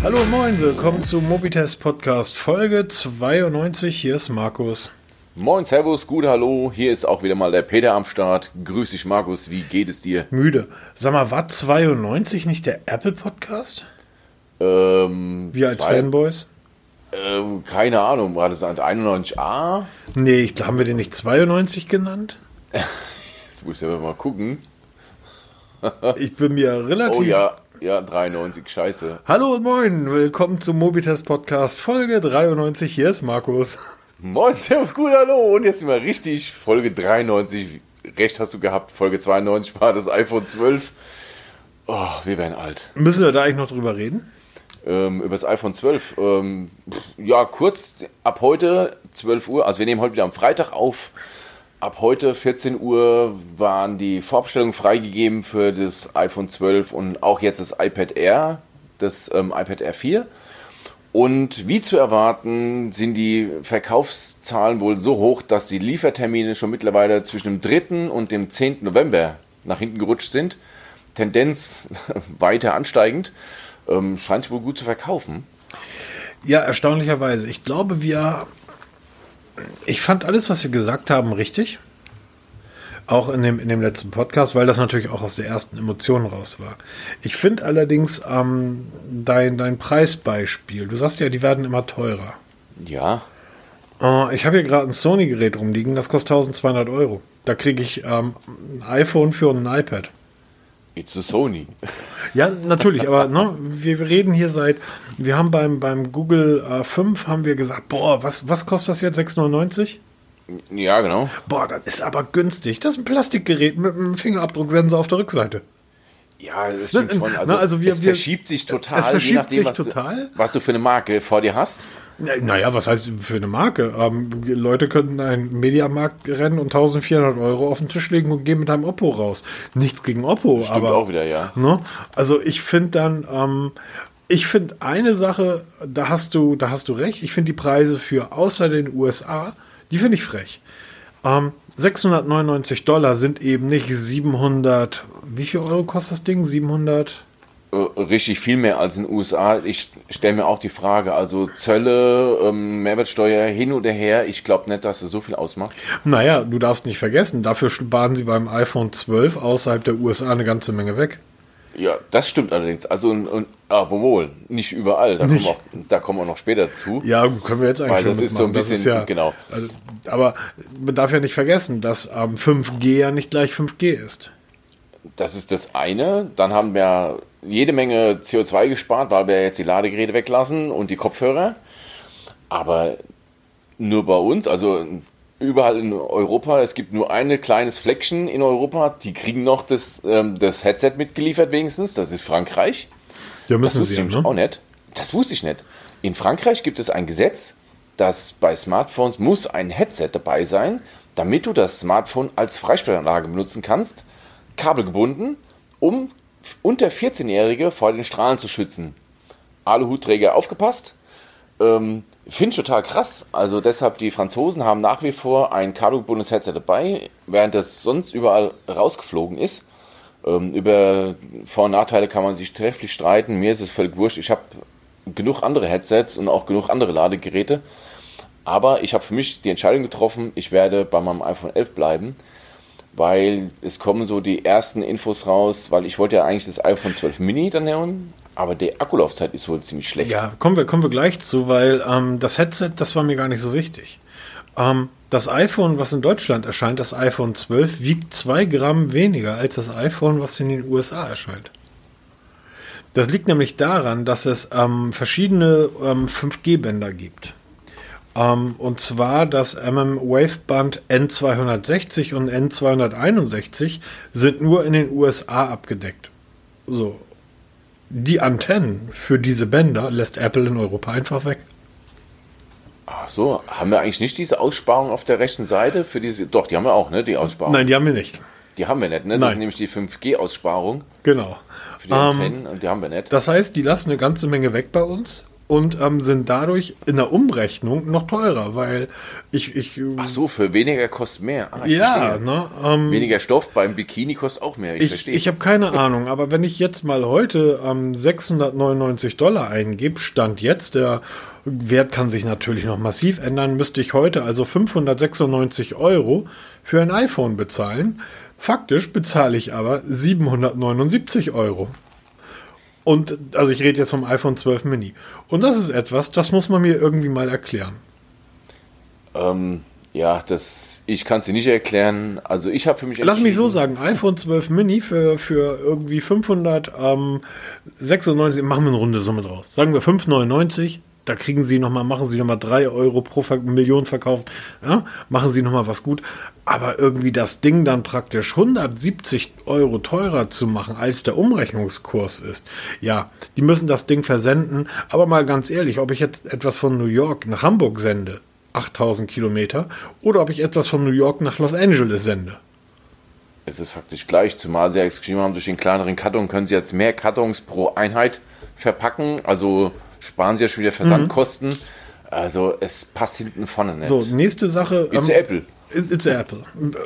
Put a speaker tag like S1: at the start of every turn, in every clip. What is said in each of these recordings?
S1: Hallo und moin, willkommen zum Mobitest Podcast Folge 92. Hier ist Markus.
S2: Moin, servus, gut, hallo. Hier ist auch wieder mal der Peter am Start. Grüß dich, Markus. Wie geht es dir?
S1: Müde. Sag mal, war 92 nicht der Apple Podcast? Wir als Fanboys?
S2: Keine Ahnung, war das ein 91a?
S1: Nee, haben wir den nicht 92 genannt?
S2: Jetzt muss ich aber mal gucken.
S1: Ich bin mir relativ...
S2: Oh ja, 93, scheiße.
S1: Hallo und moin, willkommen zum Mobitest Podcast Folge 93. Hier ist Markus.
S2: Moin, servus, gut, hallo. Und jetzt sind wir richtig, Folge 93. Recht hast du gehabt, Folge 92 war das iPhone 12. Oh, wir werden alt.
S1: Müssen wir da eigentlich noch drüber reden?
S2: Über das iPhone 12. Ja, kurz, ab heute 12 Uhr, also wir nehmen heute wieder am Freitag auf. Ab heute 14 Uhr waren die Vorbestellungen freigegeben für das iPhone 12 und auch jetzt das iPad Air, das iPad Air 4. Und wie zu erwarten, sind die Verkaufszahlen wohl so hoch, dass die Liefertermine schon mittlerweile zwischen dem 3. und dem 10. November nach hinten gerutscht sind. Tendenz weiter ansteigend. Scheint sich wohl gut zu verkaufen.
S1: Ja, erstaunlicherweise. Ich glaube, ich fand alles, was wir gesagt haben, richtig. Auch in dem letzten Podcast, weil das natürlich auch aus der ersten Emotion raus war. Ich finde allerdings dein Preisbeispiel, du sagst ja, die werden immer teurer.
S2: Ja.
S1: Ich habe hier gerade ein Sony-Gerät rumliegen, das kostet 1200 Euro. Da kriege ich ein iPhone für ein iPad.
S2: It's a Sony.
S1: Ja, natürlich, aber ne, wir reden hier wir haben beim Google 5 haben wir gesagt, boah, was kostet das jetzt, 6,99?
S2: Ja, genau.
S1: Boah, das ist aber günstig. Das ist ein Plastikgerät mit einem Fingerabdrucksensor auf der Rückseite.
S2: Ja, das stimmt schon. Also es verschiebt sich total, je nachdem, was du für eine Marke vor dir hast.
S1: Naja, was heißt für eine Marke? Leute könnten einen Mediamarkt rennen und 1400 Euro auf den Tisch legen und gehen mit einem Oppo raus. Nichts gegen Oppo,
S2: stimmt
S1: aber
S2: auch wieder, ja.
S1: Ne? Also ich finde eine Sache, da hast du recht. Ich finde die Preise für außer den USA, die finde ich frech. $699 sind eben nicht 700. Wie viel Euro kostet das Ding? 700?
S2: Richtig viel mehr als in den USA. Ich stelle mir auch die Frage, also Zölle, Mehrwertsteuer hin oder her, ich glaube nicht, dass es so viel ausmacht.
S1: Naja, du darfst nicht vergessen, dafür sparen sie beim iPhone 12 außerhalb der USA eine ganze Menge weg.
S2: Ja, das stimmt allerdings. Also, aber wohl, nicht überall. Da kommen wir noch später zu.
S1: Ja, können wir jetzt eigentlich schon
S2: das ist so ein bisschen,
S1: genau. Aber man darf ja nicht vergessen, dass 5G ja nicht gleich 5G ist.
S2: Das ist das eine. Dann haben wir jede Menge CO2 gespart, weil wir jetzt die Ladegeräte weglassen und die Kopfhörer. Aber nur bei uns, also überall in Europa, es gibt nur ein kleines Fleckchen in Europa, die kriegen noch das Headset mitgeliefert wenigstens, das ist Frankreich.
S1: Ja, müssen
S2: das wusste ich auch nicht. Das wusste ich nicht. In Frankreich gibt es ein Gesetz, dass bei Smartphones muss ein Headset dabei sein, damit du das Smartphone als Freisprechanlage benutzen kannst, kabelgebunden, um unter 14-Jährige vor den Strahlen zu schützen. Aluhutträger aufgepasst. Finde ich total krass. Also deshalb, die Franzosen haben nach wie vor ein kabelgebundenes Headset dabei, während das sonst überall rausgeflogen ist. Über Vor- und Nachteile kann man sich trefflich streiten. Mir ist es völlig wurscht. Ich habe genug andere Headsets und auch genug andere Ladegeräte. Aber ich habe für mich die Entscheidung getroffen, ich werde bei meinem iPhone 11 bleiben, weil es kommen so die ersten Infos raus, weil ich wollte ja eigentlich das iPhone 12 Mini dann nehmen, aber die Akkulaufzeit ist wohl ziemlich schlecht.
S1: Ja, kommen wir gleich zu, weil das Headset, das war mir gar nicht so wichtig. Das iPhone, was in Deutschland erscheint, das iPhone 12, wiegt 2 Gramm weniger als das iPhone, was in den USA erscheint. Das liegt nämlich daran, dass es verschiedene 5G-Bänder gibt. Und zwar das Waveband N260 und N261 sind nur in den USA abgedeckt. So. Die Antennen für diese Bänder lässt Apple in Europa einfach weg.
S2: Ach so, haben wir eigentlich nicht diese Aussparung auf der rechten Seite für diese? Doch, die haben wir auch, ne? Die Aussparung.
S1: Nein, die haben wir nicht.
S2: Die haben wir nicht, ne? Das ist nämlich die 5G-Aussparung.
S1: Genau.
S2: Für die Antennen und die haben wir nicht.
S1: Das heißt, die lassen eine ganze Menge weg bei uns. und sind dadurch in der Umrechnung noch teurer, weil ich
S2: Ach so, für weniger kostet mehr.
S1: ja,
S2: Verstehe.
S1: ne,
S2: Weniger Stoff beim Bikini kostet auch mehr. Ich verstehe.
S1: ich habe keine Ahnung, aber wenn ich jetzt mal heute $699 eingebe, Stand jetzt, der Wert kann sich natürlich noch massiv ändern, müsste ich heute also 596 € für ein iPhone bezahlen. Faktisch bezahle ich aber 779 €. Und also ich rede jetzt vom iPhone 12 Mini. Und das ist etwas, das muss man mir irgendwie mal erklären.
S2: Ja, ich kann es dir nicht erklären. Also ich habe für mich
S1: Lass mich so sagen, iPhone 12 Mini für irgendwie 596, machen wir eine runde Summe draus. Sagen wir 599, da kriegen Sie machen Sie nochmal 3 € pro Million verkauft, ja, machen Sie nochmal was gut. Aber irgendwie das Ding dann praktisch 170 € teurer zu machen, als der Umrechnungskurs ist. Ja, die müssen das Ding versenden. Aber mal ganz ehrlich, ob ich jetzt etwas von New York nach Hamburg sende, 8000 Kilometer, oder ob ich etwas von New York nach Los Angeles sende.
S2: Es ist faktisch gleich, zumal sie jetzt geschrieben haben, durch den kleineren Karton können sie jetzt mehr Kartons pro Einheit verpacken, also sparen sie ja schon wieder Versandkosten. Also es passt hinten vorne nicht.
S1: So, nächste Sache.
S2: It's Apple.
S1: It's Apple.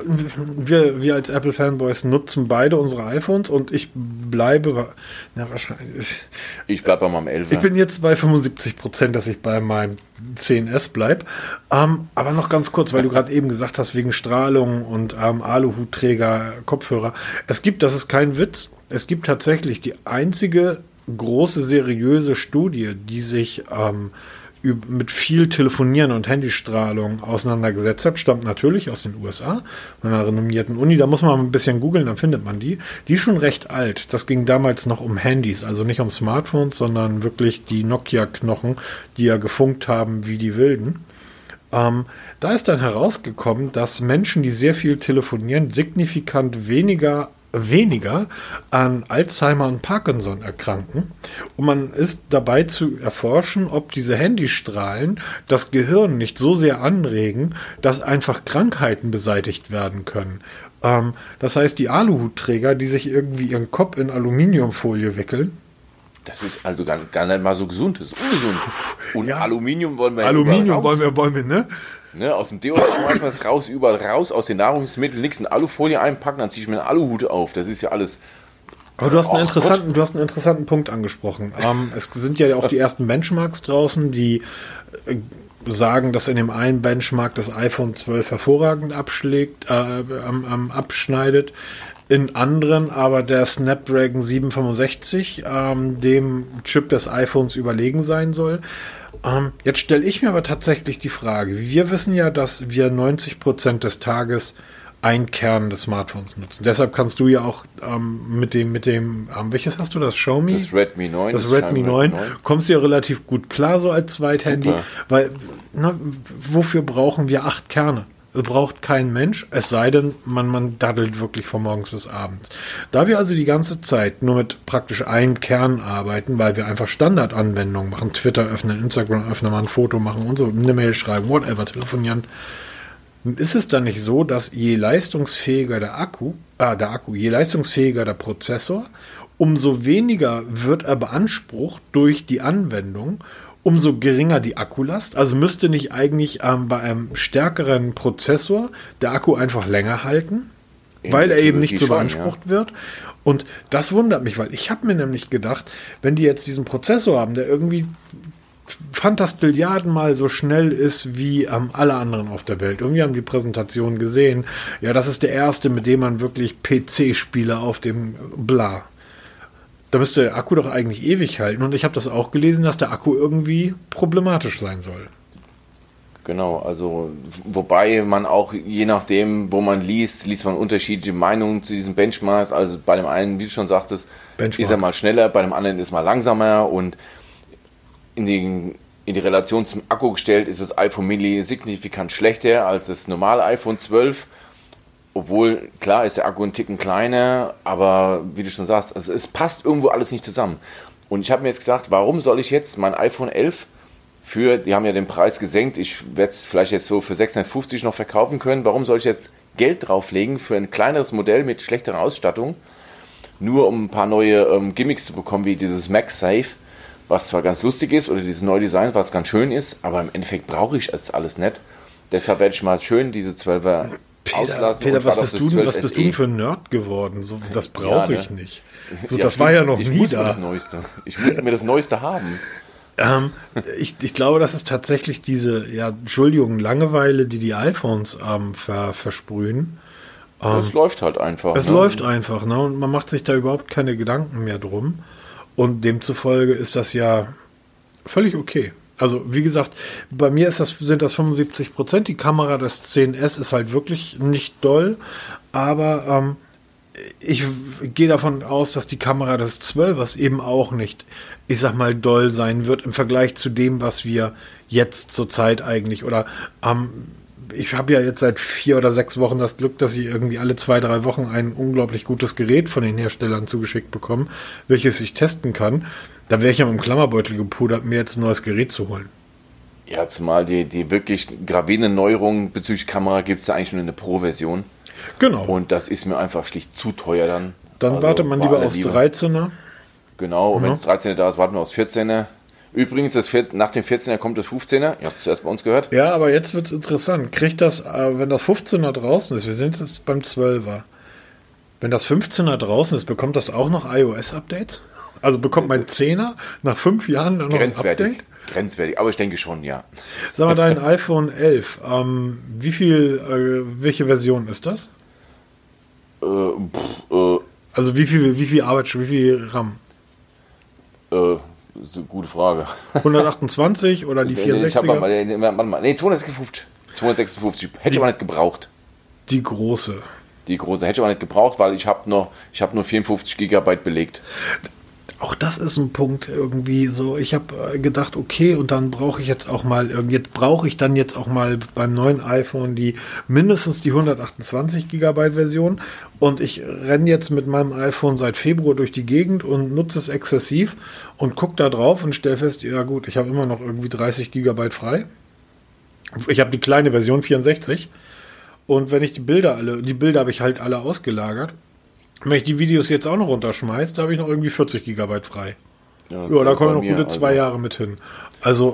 S1: Wir als Apple-Fanboys nutzen beide unsere iPhones und ich bleibe, wahrscheinlich.
S2: Ich bleibe bei meinem 11.
S1: Ich bin jetzt bei 75%, dass ich bei meinem 10S bleibe. Aber noch ganz kurz, weil du gerade eben gesagt hast, wegen Strahlung und Aluhutträger, Kopfhörer. Das ist kein Witz. Es gibt tatsächlich die einzige große, seriöse Studie, die sich mit viel Telefonieren und Handystrahlung auseinandergesetzt hat, stammt natürlich aus den USA, von einer renommierten Uni. Da muss man mal ein bisschen googeln, dann findet man die. Die ist schon recht alt. Das ging damals noch um Handys, also nicht um Smartphones, sondern wirklich die Nokia-Knochen, die ja gefunkt haben wie die Wilden. Da ist dann herausgekommen, dass Menschen, die sehr viel telefonieren, signifikant weniger an Alzheimer und Parkinson erkranken. Und man ist dabei zu erforschen, ob diese Handystrahlen das Gehirn nicht so sehr anregen, dass einfach Krankheiten beseitigt werden können. Das heißt, die Aluhutträger, die sich irgendwie ihren Kopf in Aluminiumfolie wickeln.
S2: Das ist also gar nicht mal so gesund, das ist ungesund. Und ja, Aluminium wollen wir
S1: wollen wir, ne?
S2: Ne, aus dem Deo schmeißen wir es raus, überall raus, aus den Nahrungsmitteln, nichts in Alufolie einpacken, dann ziehe ich mir einen Aluhut auf. Das ist ja alles.
S1: Aber du hast einen interessanten Punkt angesprochen. Es sind ja auch die ersten Benchmarks draußen, die sagen, dass in dem einen Benchmark das iPhone 12 hervorragend abschneidet. In anderen aber der Snapdragon 765 dem Chip des iPhones überlegen sein soll. Jetzt stelle ich mir aber tatsächlich die Frage, wir wissen ja, dass wir 90% des Tages einen Kern des Smartphones nutzen. Deshalb kannst du ja auch mit dem welches hast du, das Xiaomi?
S2: Das Redmi 9.
S1: Das Redmi 9. Kommst du ja relativ gut klar so als Zweithandy, weil wofür brauchen wir 8 Kerne? Das braucht kein Mensch, es sei denn, man daddelt wirklich von morgens bis abends. Da wir also die ganze Zeit nur mit praktisch einem Kern arbeiten, weil wir einfach Standardanwendungen machen, Twitter öffnen, Instagram öffnen, mal ein Foto machen und so, eine Mail schreiben, whatever, telefonieren, ist es dann nicht so, dass je leistungsfähiger je leistungsfähiger der Prozessor, umso weniger wird er beansprucht durch die Anwendung, umso geringer die Akkulast. Also müsste nicht eigentlich bei einem stärkeren Prozessor der Akku einfach länger halten, weil er eben nicht so beansprucht wird. Und das wundert mich, weil ich habe mir nämlich gedacht, wenn die jetzt diesen Prozessor haben, der irgendwie Fantastilliarden mal so schnell ist wie alle anderen auf der Welt. Irgendwie haben die Präsentation gesehen, ja, das ist der erste, mit dem man wirklich PC-Spiele auf dem Bla. Da müsste der Akku doch eigentlich ewig halten. Und ich habe das auch gelesen, dass der Akku irgendwie problematisch sein soll.
S2: Genau, also wobei man auch, je nachdem, wo man liest man unterschiedliche Meinungen zu diesen Benchmarks. Also bei dem einen, wie du schon sagtest, ist er mal schneller, bei dem anderen ist mal langsamer. Und in die Relation zum Akku gestellt ist das iPhone Mini signifikant schlechter als das normale iPhone 12. Obwohl, klar, ist der Akku ein Ticken kleiner, aber wie du schon sagst, also es passt irgendwo alles nicht zusammen. Und ich habe mir jetzt gesagt, warum soll ich jetzt mein iPhone 11 die haben ja den Preis gesenkt, ich werde es vielleicht jetzt so für 650 noch verkaufen können, warum soll ich jetzt Geld drauflegen für ein kleineres Modell mit schlechterer Ausstattung, nur um ein paar neue Gimmicks zu bekommen, wie dieses MagSafe, was zwar ganz lustig ist, oder dieses neue Design, was ganz schön ist, aber im Endeffekt brauche ich es alles nicht. Deshalb werde ich mal schön diese 12er auslassen.
S1: Peter, was bist du denn für ein Nerd geworden? So, das brauche ich nicht. So,
S2: ja,
S1: das war ja noch
S2: ich
S1: nie
S2: muss
S1: da.
S2: Das Neueste. Ich muss mir das Neueste haben.
S1: Ich glaube, das ist tatsächlich diese, Entschuldigung, Langeweile, die iPhones versprühen.
S2: Es läuft halt einfach.
S1: Es läuft einfach, ne? Und man macht sich da überhaupt keine Gedanken mehr drum. Und demzufolge ist das ja völlig okay. Also, wie gesagt, bei mir sind das 75%. Die Kamera des 10S ist halt wirklich nicht doll. Aber ich gehe davon aus, dass die Kamera des 12ers eben auch nicht, ich sag mal, doll sein wird im Vergleich zu dem, was wir jetzt zurzeit eigentlich oder ich habe ja jetzt seit 4 oder 6 Wochen das Glück, dass ich irgendwie alle 2, 3 Wochen ein unglaublich gutes Gerät von den Herstellern zugeschickt bekomme, welches ich testen kann. Da wäre ich ja mit dem Klammerbeutel gepudert, mir jetzt ein neues Gerät zu holen.
S2: Ja, zumal die wirklich gravierenden Neuerungen bezüglich Kamera gibt es ja eigentlich nur in der Pro-Version.
S1: Genau.
S2: Und das ist mir einfach schlicht zu teuer dann.
S1: Dann
S2: also
S1: wartet man lieber aufs 13er.
S2: Genau, und wenn das 13er da ist, warten wir aufs 14er. Übrigens, nach dem 14er kommt das 15er. Ihr habt es zuerst bei uns gehört.
S1: Ja, aber jetzt wird es interessant. Kriegt das, wenn das 15er draußen ist, wir sind jetzt beim 12er. Wenn das 15er draußen ist, bekommt das auch noch iOS-Updates? Also bekommt mein 10er nach 5 Jahren dann noch ein Update?
S2: Grenzwertig, aber ich denke schon, ja.
S1: Sag mal, dein iPhone 11, welche Version ist das? Also wie viel Arbeit, wie viel RAM?
S2: Das ist eine gute Frage.
S1: 128 oder die 64er?
S2: Warte mal, nee, 256. 256 hätte ich aber nicht gebraucht.
S1: Die große.
S2: Die große hätte ich aber nicht gebraucht, weil ich habe nur 54 GB belegt.
S1: Auch das ist ein Punkt irgendwie so. Ich habe gedacht, okay, und dann brauche ich jetzt auch mal beim neuen iPhone mindestens die 128 GB Version. Und ich renne jetzt mit meinem iPhone seit Februar durch die Gegend und nutze es exzessiv und gucke da drauf und stelle fest, ja gut, ich habe immer noch irgendwie 30 GB frei. Ich habe die kleine Version 64. Und wenn ich die Bilder habe ich halt alle ausgelagert. Wenn ich die Videos jetzt auch noch runterschmeiße, da habe ich noch irgendwie 40 GB frei. Ja, da kommen noch gute 2 Jahre mit hin. Also,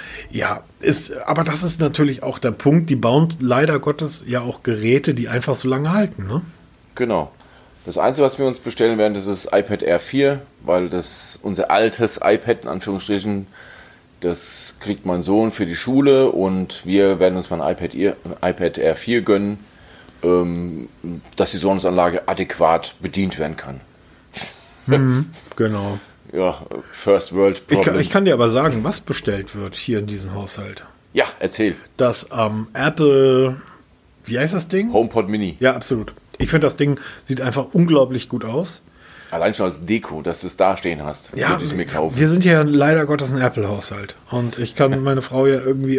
S1: aber das ist natürlich auch der Punkt, die bauen leider Gottes ja auch Geräte, die einfach so lange halten, ne?
S2: Genau. Das Einzige, was wir uns bestellen werden, das ist iPad Air 4, weil das unser altes iPad, in Anführungsstrichen, das kriegt mein Sohn für die Schule und wir werden uns mal ein iPad Air 4 gönnen, dass die Sonnenanlage adäquat bedient werden kann.
S1: Genau.
S2: Ja, First World Problems.
S1: Ich kann dir aber sagen, was bestellt wird hier in diesem Haushalt.
S2: Ja, erzähl.
S1: Das Apple, wie heißt das Ding?
S2: HomePod Mini.
S1: Ja, absolut. Ich finde, das Ding sieht einfach unglaublich gut aus.
S2: Allein schon als Deko, dass du es da stehen hast.
S1: Ja,
S2: würde ich mir kaufen.
S1: Wir sind ja leider Gottes ein Apple-Haushalt. Und ich kann meine Frau ja irgendwie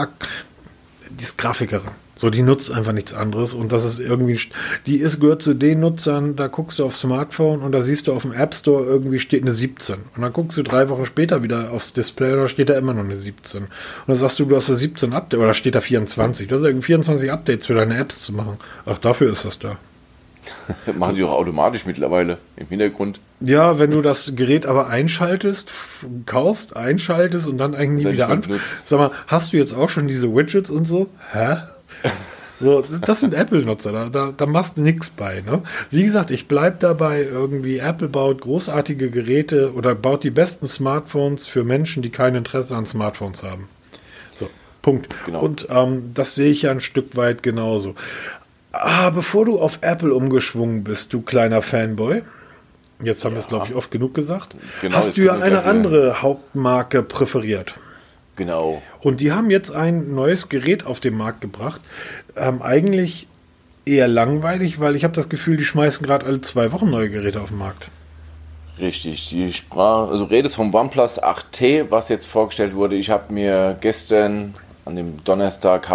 S1: die ist Grafikerin. So, die nutzt einfach nichts anderes. Und das ist irgendwie, gehört zu den Nutzern, da guckst du aufs Smartphone und da siehst du auf dem App Store irgendwie steht eine 17. Und dann guckst du 3 Wochen später wieder aufs Display und da steht da immer noch eine 17. Und dann sagst du hast da 17 Updates, oder steht da 24. Du hast irgendwie 24 Updates für deine Apps zu machen. Ach, dafür ist das da.
S2: Machen die auch automatisch mittlerweile im Hintergrund.
S1: Ja, wenn du das Gerät aber kaufst, einschaltest und dann eigentlich nie wieder Sag mal, hast du jetzt auch schon diese Widgets und so? Hä? So, das sind Apple-Nutzer, da machst du nichts bei. Ne? Wie gesagt, ich bleibe dabei, irgendwie Apple baut großartige Geräte oder baut die besten Smartphones für Menschen, die kein Interesse an Smartphones haben. So, Punkt.
S2: Genau.
S1: Und das sehe ich ja ein Stück weit genauso. Bevor du auf Apple umgeschwungen bist, du kleiner Fanboy, jetzt haben wir es, glaube ich, oft genug gesagt, hast du ja eine andere Hauptmarke präferiert.
S2: Genau.
S1: Und die haben jetzt ein neues Gerät auf den Markt gebracht. Eigentlich eher langweilig, weil ich habe das Gefühl, die schmeißen gerade alle 2 Wochen neue Geräte auf den Markt.
S2: Richtig. Du redest vom OnePlus 8T, was jetzt vorgestellt wurde. Ich habe mir gestern, an dem Donnerstag,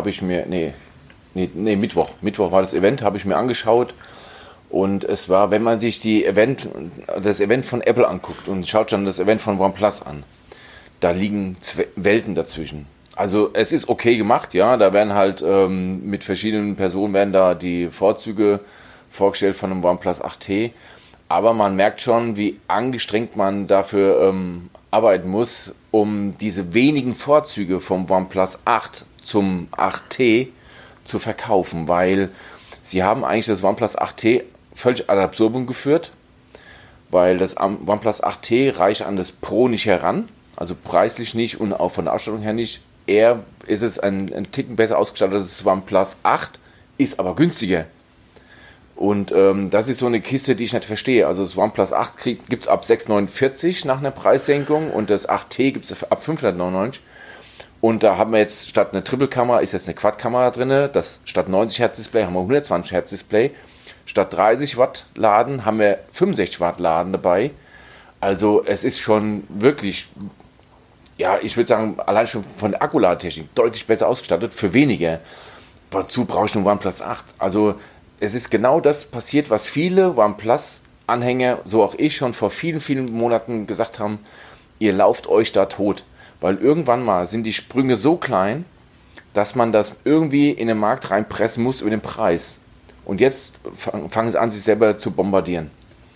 S2: Mittwoch war das Event, habe ich mir angeschaut. Und es war, wenn man sich das Event von Apple anguckt und schaut dann das Event von OnePlus an, da liegen Welten dazwischen. Also es ist okay gemacht, ja, da werden halt mit verschiedenen Personen werden da die Vorzüge vorgestellt von einem OnePlus 8T, aber man merkt schon, wie angestrengt man dafür arbeiten muss, um diese wenigen Vorzüge vom OnePlus 8 zum 8T zu verkaufen, weil sie haben eigentlich das OnePlus 8T völlig ad absurdum geführt, weil das OnePlus 8T reicht an das Pro nicht heran, also preislich nicht und auch von der Ausstattung her nicht. Eher ist es ein Ticken besser ausgestattet als das OnePlus 8, ist aber günstiger. Und das ist so eine Kiste, die ich nicht verstehe. Also das OnePlus 8 gibt es ab 649 nach einer Preissenkung und das 8T gibt es ab 599. Und da haben wir jetzt statt einer Triple-Kamera ist jetzt eine Quad-Kamera drin. Statt 90 Hertz Display haben wir 120 Hertz Display. Statt 30 Watt Laden haben wir 65 Watt Laden dabei. Also es ist schon wirklich, ja, ich würde sagen, allein schon von der Akkuladetechnik deutlich besser ausgestattet für weniger. Wozu brauche ich einen OnePlus 8? Also es ist genau das passiert, was viele OnePlus-Anhänger, so auch ich, schon vor vielen, vielen Monaten gesagt haben, ihr lauft euch da tot. Weil irgendwann mal sind die Sprünge so klein, dass man das irgendwie in den Markt reinpressen muss über den Preis. Und jetzt fangen sie an, sich selber zu bombardieren.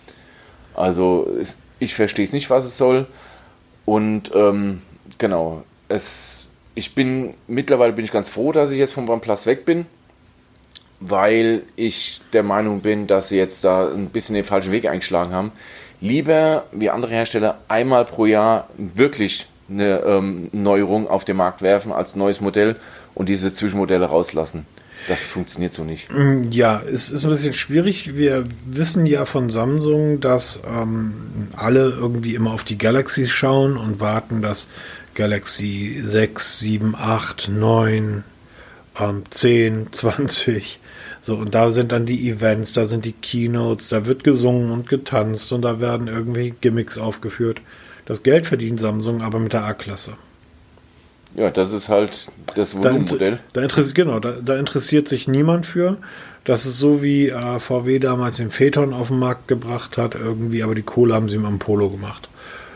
S2: Also ich verstehe es nicht, was es soll. Und genau, mittlerweile bin ich ganz froh, dass ich jetzt vom OnePlus weg bin, weil ich der Meinung bin, dass sie jetzt da ein bisschen den falschen Weg eingeschlagen haben. Lieber, wie andere Hersteller, einmal pro Jahr wirklich eine Neuerung auf den Markt werfen als neues Modell und diese Zwischenmodelle rauslassen. Das funktioniert so nicht.
S1: Ja, es ist ein bisschen schwierig. Wir wissen ja von Samsung, dass alle irgendwie immer auf die Galaxy schauen und warten, dass Galaxy 6, 7, 8, 9, 10, 20. So, und da sind dann die Events, da sind die Keynotes, da wird gesungen und getanzt und da werden irgendwie Gimmicks aufgeführt. Das Geld verdient Samsung aber mit der A-Klasse.
S2: Ja, das ist halt das Volumenmodell.
S1: Da interessiert sich niemand für. Das ist so wie VW damals den Phaeton auf den Markt gebracht hat, irgendwie, aber die Kohle haben sie mit dem Polo gemacht.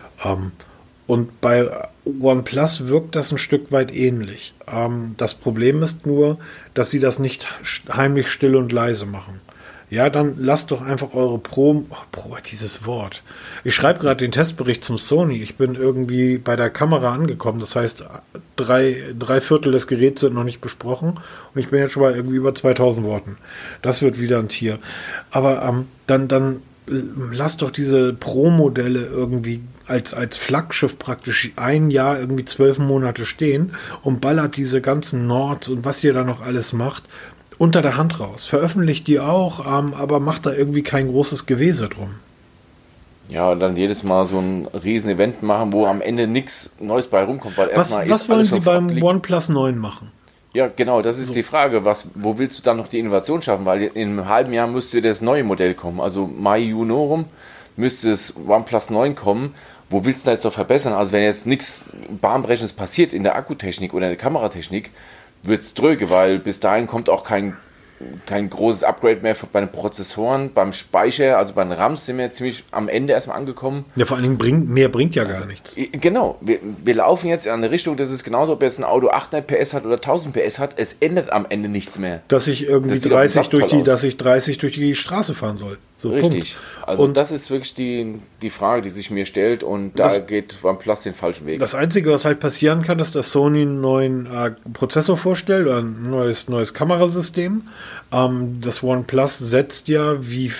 S1: Und bei OnePlus wirkt das ein Stück weit ähnlich. Das Problem ist nur, dass sie das nicht heimlich still und leise machen. Ja, dann lasst doch einfach eure dieses Wort. Ich schreibe gerade den Testbericht zum Sony. Ich bin irgendwie bei der Kamera angekommen. Das heißt, drei Viertel des Geräts sind noch nicht besprochen. Und ich bin jetzt schon bei irgendwie über 2000 Worten. Das wird wieder ein Tier. Aber dann lasst doch diese Pro-Modelle irgendwie als Flaggschiff praktisch ein Jahr, irgendwie 12 Monate stehen und ballert diese ganzen Nords und was ihr da noch alles macht, unter der Hand raus. Veröffentlicht die auch, aber macht da irgendwie kein großes Gewese drum.
S2: Ja, und dann jedes Mal so ein riesen Event machen, wo am Ende nichts Neues bei rumkommt. Weil
S1: was wollen sie beim OnePlus 9 machen?
S2: Ja, genau, das ist die Frage. Wo willst du dann noch die Innovation schaffen? Weil in einem halben Jahr müsste das neue Modell kommen. Also Mai, Juni rum müsste das OnePlus 9 kommen. Wo willst du da jetzt noch verbessern? Also wenn jetzt nichts Bahnbrechendes passiert in der Akkutechnik oder in der Kameratechnik, wird es dröge, weil bis dahin kommt auch kein großes Upgrade mehr bei den Prozessoren, beim Speicher, also bei den RAMs sind wir ziemlich am Ende erstmal angekommen.
S1: Ja, vor allen Dingen mehr bringt ja gar nichts.
S2: Genau, wir laufen jetzt in eine Richtung, das ist genauso, ob jetzt ein Auto 800 PS hat oder 1000 PS hat, es ändert am Ende nichts mehr.
S1: Dass ich irgendwie 30 durch die Straße fahren soll. So,
S2: richtig.
S1: Punkt.
S2: Also und das ist wirklich die Frage, die sich mir stellt und da geht OnePlus den falschen Weg. Das
S1: Einzige, was halt passieren kann, ist, dass Sony einen neuen Prozessor vorstellt oder ein neues Kamerasystem. Das OnePlus setzt ja, wie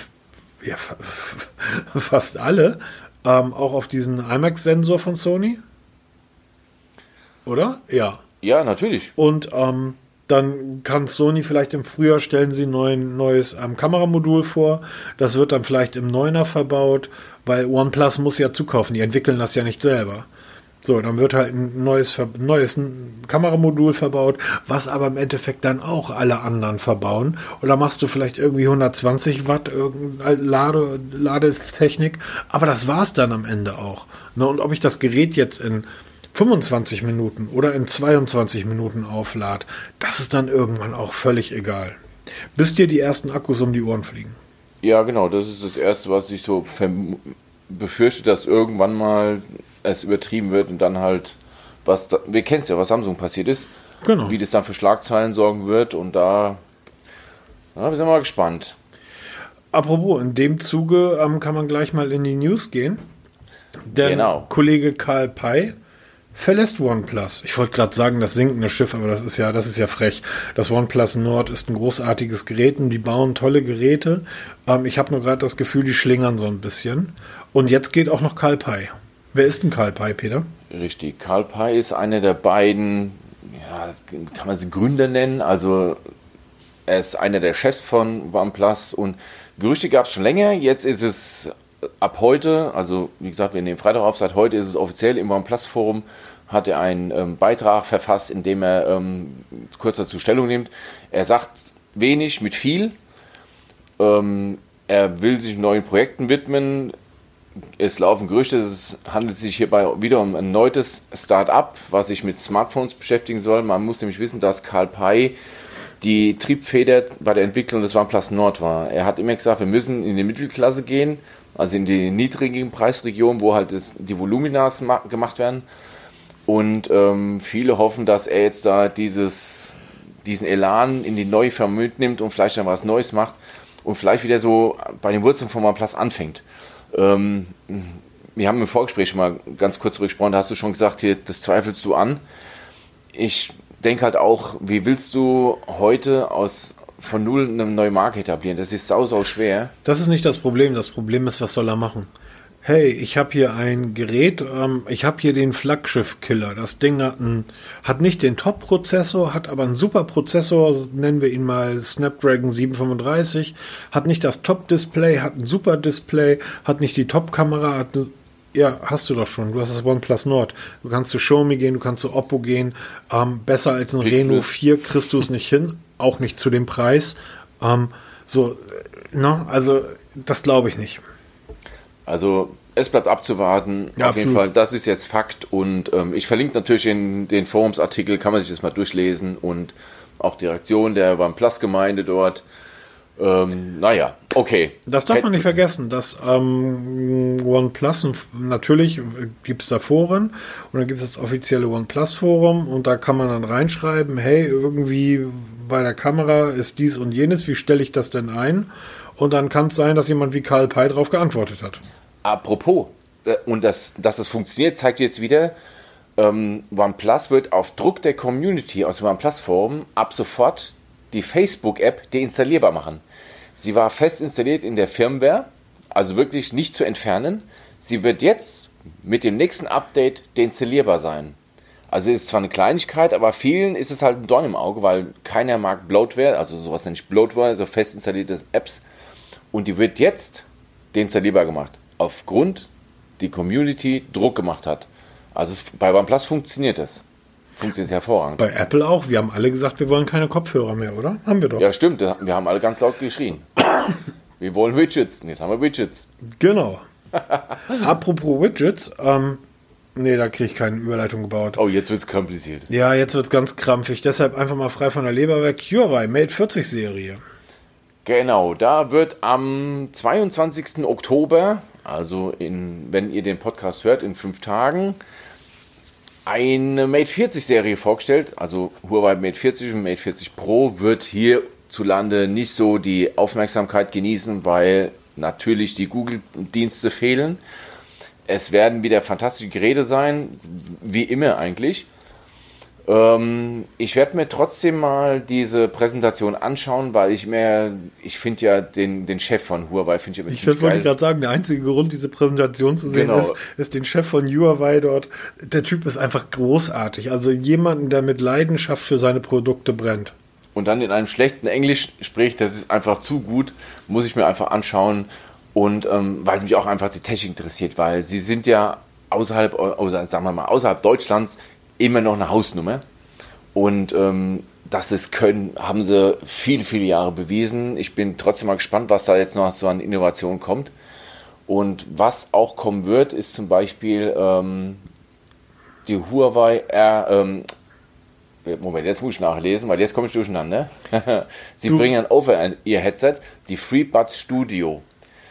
S1: fast alle, auch auf diesen IMAX-Sensor von Sony. Oder? Ja.
S2: Ja, natürlich.
S1: Und dann kann Sony vielleicht im Frühjahr stellen sie ein neues Kameramodul vor. Das wird dann vielleicht im 9er verbaut, weil OnePlus muss ja zukaufen. Die entwickeln das ja nicht selber. So, dann wird halt ein neues Kameramodul verbaut, was aber im Endeffekt dann auch alle anderen verbauen. Oder machst du vielleicht irgendwie 120 Watt Ladetechnik. Aber das war's dann am Ende auch. Und ob ich das Gerät jetzt in 25 Minuten oder in 22 Minuten auflad, das ist dann irgendwann auch völlig egal. Bis dir die ersten Akkus um die Ohren fliegen.
S2: Ja, genau, das ist das Erste, was ich so befürchte, dass irgendwann mal es übertrieben wird und dann halt, wir kennen es ja, was Samsung passiert ist, genau. Wie das dann für Schlagzeilen sorgen wird und da sind wir mal gespannt.
S1: Apropos, in dem Zuge kann man gleich mal in die News gehen. Denn
S2: Genau.
S1: Kollege Karl Pei verlässt OnePlus. Ich wollte gerade sagen, das sinkende Schiff, aber das ist ja frech. Das OnePlus Nord ist ein großartiges Gerät und die bauen tolle Geräte. Ich habe nur gerade das Gefühl, die schlingern so ein bisschen. Und jetzt geht auch noch Karl Pei. Wer ist denn Karl Pei, Peter?
S2: Richtig. Karl Pei ist einer der beiden, ja, kann man sie Gründer nennen. Also er ist einer der Chefs von OnePlus und Gerüchte gab es schon länger. Jetzt ist es ab heute, also wie gesagt, wir nehmen Freitag auf, seit heute ist es offiziell im OnePlus-Forum, hat er einen Beitrag verfasst, in dem er kurz dazu Stellung nimmt. Er sagt wenig mit viel. Er will sich neuen Projekten widmen. Es laufen Gerüchte, es handelt sich hierbei wieder um ein erneutes Start-up, was sich mit Smartphones beschäftigen soll. Man muss nämlich wissen, dass Karl Pei die Triebfeder bei der Entwicklung des OnePlus Nord war. Er hat immer gesagt, wir müssen in die Mittelklasse gehen, also in die niedrigen Preisregionen, wo halt die Voluminas gemacht werden. Und viele hoffen, dass er jetzt da diesen Elan in die neue Firma mitnimmt und vielleicht dann was Neues macht und vielleicht wieder so bei den Wurzeln von OnePlus anfängt. Wir haben im Vorgespräch schon mal ganz kurz darüber gesprochen, da hast du schon gesagt, hier, das zweifelst du an. Ich denke halt auch, wie willst du heute von null eine neue Marke etablieren? Das ist sau schwer.
S1: Das ist nicht das Problem. Das Problem ist, was soll er machen? Hey, ich habe hier ein Gerät, ich habe hier den Flaggschiff-Killer. Das Ding hat nicht den Top-Prozessor, hat aber einen super Prozessor, nennen wir ihn mal Snapdragon 735, hat nicht das Top-Display, hat ein super Display, hat nicht die Top-Kamera, ja, hast du doch schon. Du hast das OnePlus Nord. Du kannst zu Xiaomi gehen, du kannst zu Oppo gehen. Besser als ein
S2: Pixel.
S1: Reno 4 kriegst du es nicht hin, auch nicht zu dem Preis. Also das glaube ich nicht.
S2: Also es bleibt abzuwarten.
S1: Ja,
S2: auf jeden Fall, das ist jetzt Fakt. Und ich verlinke natürlich in den Forumsartikel, kann man sich das mal durchlesen und auch die Reaktion der OnePlus-Gemeinde dort. Naja, okay.
S1: Das darf man nicht vergessen, dass OnePlus, natürlich gibt es da Foren und dann gibt es das offizielle OnePlus-Forum und da kann man dann reinschreiben, hey, irgendwie bei der Kamera ist dies und jenes, wie stelle ich das denn ein? Und dann kann es sein, dass jemand wie Karl Pei darauf geantwortet hat.
S2: Apropos, und dass es funktioniert, zeigt jetzt wieder, OnePlus wird auf Druck der Community aus dem OnePlus-Forum ab sofort die Facebook-App deinstallierbar machen. Sie war fest installiert in der Firmware, also wirklich nicht zu entfernen. Sie wird jetzt mit dem nächsten Update deinstallierbar sein. Also ist zwar eine Kleinigkeit, aber vielen ist es halt ein Dorn im Auge, weil keiner mag Bloatware, also sowas nennt sich Bloatware, also fest installierte Apps. Und die wird jetzt deinstallierbar gemacht, aufgrund die Community Druck gemacht hat. Also bei OnePlus funktioniert das. Funktioniert hervorragend.
S1: Bei Apple auch. Wir haben alle gesagt, wir wollen keine Kopfhörer mehr, oder? Haben wir doch.
S2: Ja, stimmt. Wir haben alle ganz laut geschrien. Wir wollen Widgets. Und jetzt haben wir Widgets.
S1: Genau. Apropos Widgets, nee, da kriege ich keine Überleitung gebaut.
S2: Oh, jetzt wird es kompliziert.
S1: Ja, jetzt wird es ganz krampfig. Deshalb einfach mal frei von der Leber weg. Huawei Mate 40 Serie.
S2: Genau, da wird am 22. Oktober, also wenn ihr den Podcast hört, in 5 Tagen, eine Mate 40 Serie vorgestellt. Also Huawei Mate 40 und Mate 40 Pro wird hierzulande nicht so die Aufmerksamkeit genießen, weil natürlich die Google-Dienste fehlen. Es werden wieder fantastische Geräte sein, wie immer eigentlich. Ich werde mir trotzdem mal diese Präsentation anschauen, weil ich finde ja den Chef von Huawei, finde ich immer ziemlich geil.
S1: Wollte ich gerade sagen, der einzige Grund, diese Präsentation zu sehen,
S2: Genau.
S1: ist den Chef von Huawei dort. Der Typ ist einfach großartig. Also jemanden, der mit Leidenschaft für seine Produkte brennt.
S2: Und dann in einem schlechten Englisch spricht, das ist einfach zu gut, muss ich mir einfach anschauen. Und weil mich auch einfach die Technik interessiert, weil sie sind ja außerhalb Deutschlands immer noch eine Hausnummer. Und dass sie es können, haben sie viele, viele Jahre bewiesen. Ich bin trotzdem mal gespannt, was da jetzt noch so an Innovation kommt. Und was auch kommen wird, ist zum Beispiel die Huawei Moment, jetzt muss ich nachlesen, weil jetzt komme ich durcheinander. Sie bringen over ihr Headset, die FreeBuds Studio.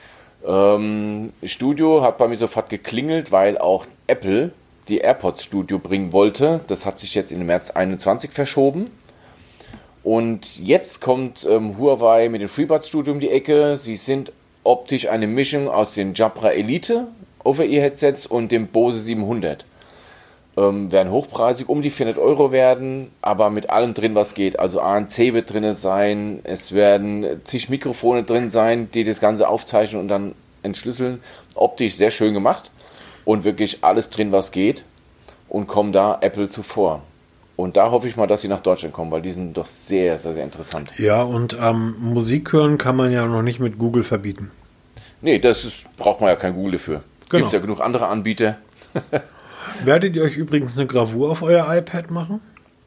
S2: Studio hat bei mir sofort geklingelt, weil auch Apple die AirPods Studio bringen wollte. Das hat sich jetzt in den März 21 verschoben. Und jetzt kommt Huawei mit dem FreeBuds Studio um die Ecke. Sie sind optisch eine Mischung aus den Jabra Elite Over-Ear-Headsets und dem Bose 700. Werden hochpreisig, um die 400 Euro werden, aber mit allem drin, was geht. Also ANC wird drin sein, es werden zig Mikrofone drin sein, die das Ganze aufzeichnen und dann entschlüsseln. Optisch sehr schön gemacht und wirklich alles drin, was geht, und kommen da Apple zuvor. Und da hoffe ich mal, dass sie nach Deutschland kommen, weil die sind doch sehr, sehr, sehr interessant.
S1: Ja, und Musik hören kann man ja noch nicht mit Google verbieten.
S2: Nee, braucht man ja kein Google dafür.
S1: Genau.
S2: Gibt es ja genug andere Anbieter.
S1: Werdet ihr euch übrigens eine Gravur auf euer iPad machen?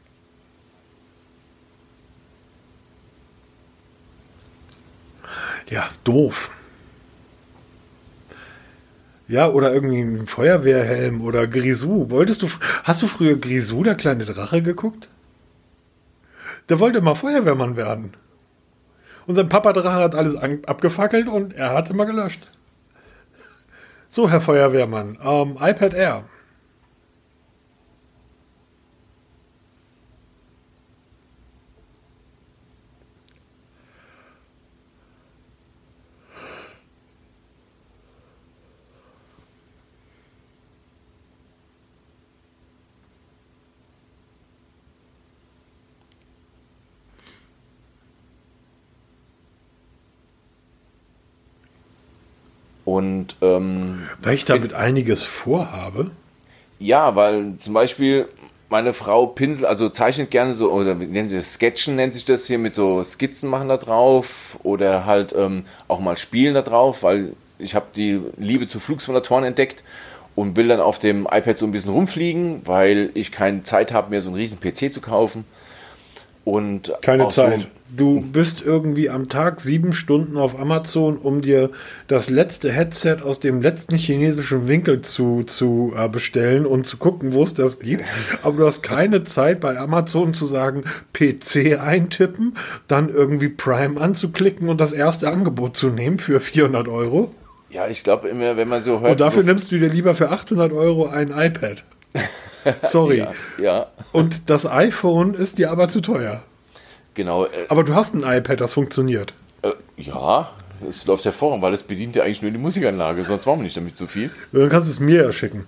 S1: Ja, doof. Ja, oder irgendwie ein Feuerwehrhelm oder Grisou. Hast du früher Grisou, der kleine Drache, geguckt? Der wollte mal Feuerwehrmann werden. Und sein Papa Drache hat alles abgefackelt und er hat es immer gelöscht. So, Herr Feuerwehrmann, iPad Air.
S2: Und
S1: Weil ich damit einiges vorhabe.
S2: ja, weil zum Beispiel meine Frau zeichnet gerne so, oder wie nennen sie das, Sketchen nennt sich das hier, mit so Skizzen machen da drauf oder halt auch mal spielen da drauf, weil ich habe die Liebe zu Flugsimulatoren entdeckt und will dann auf dem iPad so ein bisschen rumfliegen, weil ich keine Zeit habe, mir so einen riesen PC zu kaufen. Und
S1: Keine
S2: auch so,
S1: Zeit. Du bist irgendwie am Tag 7 Stunden auf Amazon, um dir das letzte Headset aus dem letzten chinesischen Winkel zu bestellen und zu gucken, wo es das gibt. Aber du hast keine Zeit, bei Amazon zu sagen, PC eintippen, dann irgendwie Prime anzuklicken und das erste Angebot zu nehmen für 400 Euro.
S2: ja, ich glaube immer, wenn man so hört...
S1: Und dafür
S2: so,
S1: nimmst du dir lieber für 800 Euro ein iPad. Sorry.
S2: ja,
S1: Und das iPhone ist dir aber zu teuer.
S2: genau.
S1: Aber du hast ein iPad, das funktioniert.
S2: Ja, es läuft hervorragend, weil es bedient ja eigentlich nur die Musikanlage, sonst machen wir nicht damit so viel.
S1: Dann kannst du es mir ja schicken.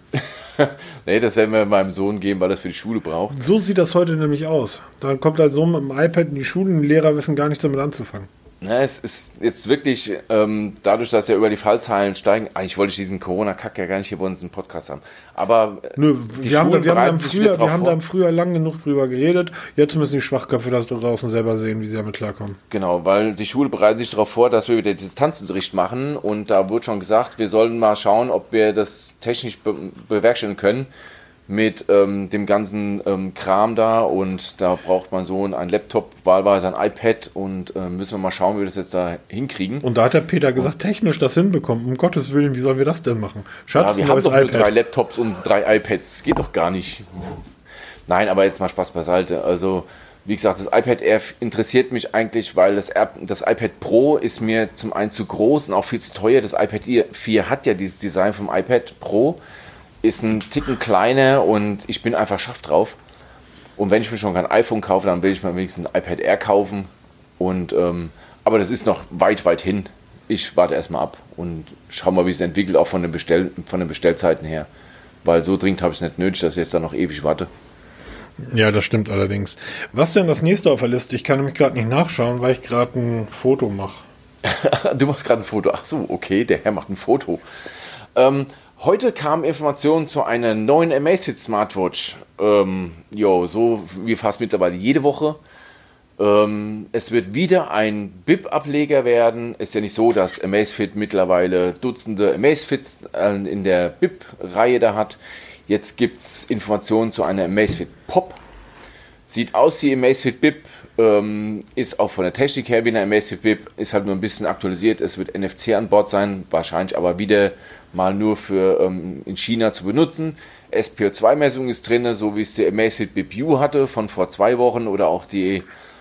S2: Nee, das werden wir meinem Sohn geben, weil er es für die Schule braucht.
S1: So sieht das heute nämlich aus. Da kommt halt so mit dem iPad in die Schule und die Lehrer wissen gar nichts damit anzufangen.
S2: Na, es ist jetzt wirklich, dadurch, dass ja über die Fallzahlen steigen, eigentlich wollte ich diesen Corona-Kack ja gar nicht hier bei uns im Podcast haben. Aber
S1: Nö,
S2: die
S1: wir haben
S2: Schulen
S1: da
S2: bereiten sich wieder drauf
S1: da
S2: vor.
S1: im Frühjahr lang genug drüber geredet. Jetzt müssen die Schwachköpfe das draußen selber sehen, wie sie damit klarkommen.
S2: Genau, weil die Schule bereitet sich darauf vor, dass wir wieder Distanzunterricht machen, und da wurde schon gesagt, wir sollen mal schauen, ob wir das technisch bewerkstelligen können mit dem ganzen Kram da, und da braucht mein Sohn einen Laptop, wahlweise ein iPad, und müssen wir mal schauen, wie wir das jetzt da hinkriegen.
S1: Und da hat der Peter gesagt, technisch das hinbekommen. Um Gottes Willen, wie sollen wir das denn machen? Schatz,
S2: Ja, wir
S1: ein
S2: haben
S1: neues
S2: doch nur
S1: iPad.
S2: 3 Laptops und 3 iPads. Geht doch gar nicht. Nein, aber jetzt mal Spaß beiseite. Also, wie gesagt, das iPad Air interessiert mich eigentlich, weil das iPad Pro ist mir zum einen zu groß und auch viel zu teuer. Das iPad 4 hat ja dieses Design vom iPad Pro, ist ein Ticken kleiner, und ich bin einfach scharf drauf. Und wenn ich mir schon kein iPhone kaufe, dann will ich mir wenigstens ein iPad Air kaufen. Und, aber das ist noch weit, weit hin. Ich warte erstmal ab und schau mal, wie es entwickelt, auch von den Bestellzeiten her. Weil so dringend habe ich es nicht nötig, dass ich jetzt da noch ewig warte.
S1: Ja, das stimmt allerdings. Was denn das nächste auf der Liste? Ich kann nämlich gerade nicht nachschauen, weil ich gerade ein Foto mache.
S2: Du machst gerade ein Foto. Ach so, okay, der Herr macht ein Foto. Heute kamen Informationen zu einer neuen Amazfit Smartwatch. So wie fast mittlerweile jede Woche. Es wird wieder ein BIP-Ableger werden. Ist ja nicht so, dass Amazfit mittlerweile Dutzende Amazfits in der BIP-Reihe da hat. Jetzt gibt es Informationen zu einer Amazfit Pop. Sieht aus wie Amazfit BIP, ist auch von der Technik her wie eine Amazfit BIP, ist halt nur ein bisschen aktualisiert. Es wird NFC an Bord sein, wahrscheinlich aber wieder mal nur für in China zu benutzen. SPO2-Messung ist drin, so wie es die Amazfit BIP U hatte von vor 2 Wochen, oder auch die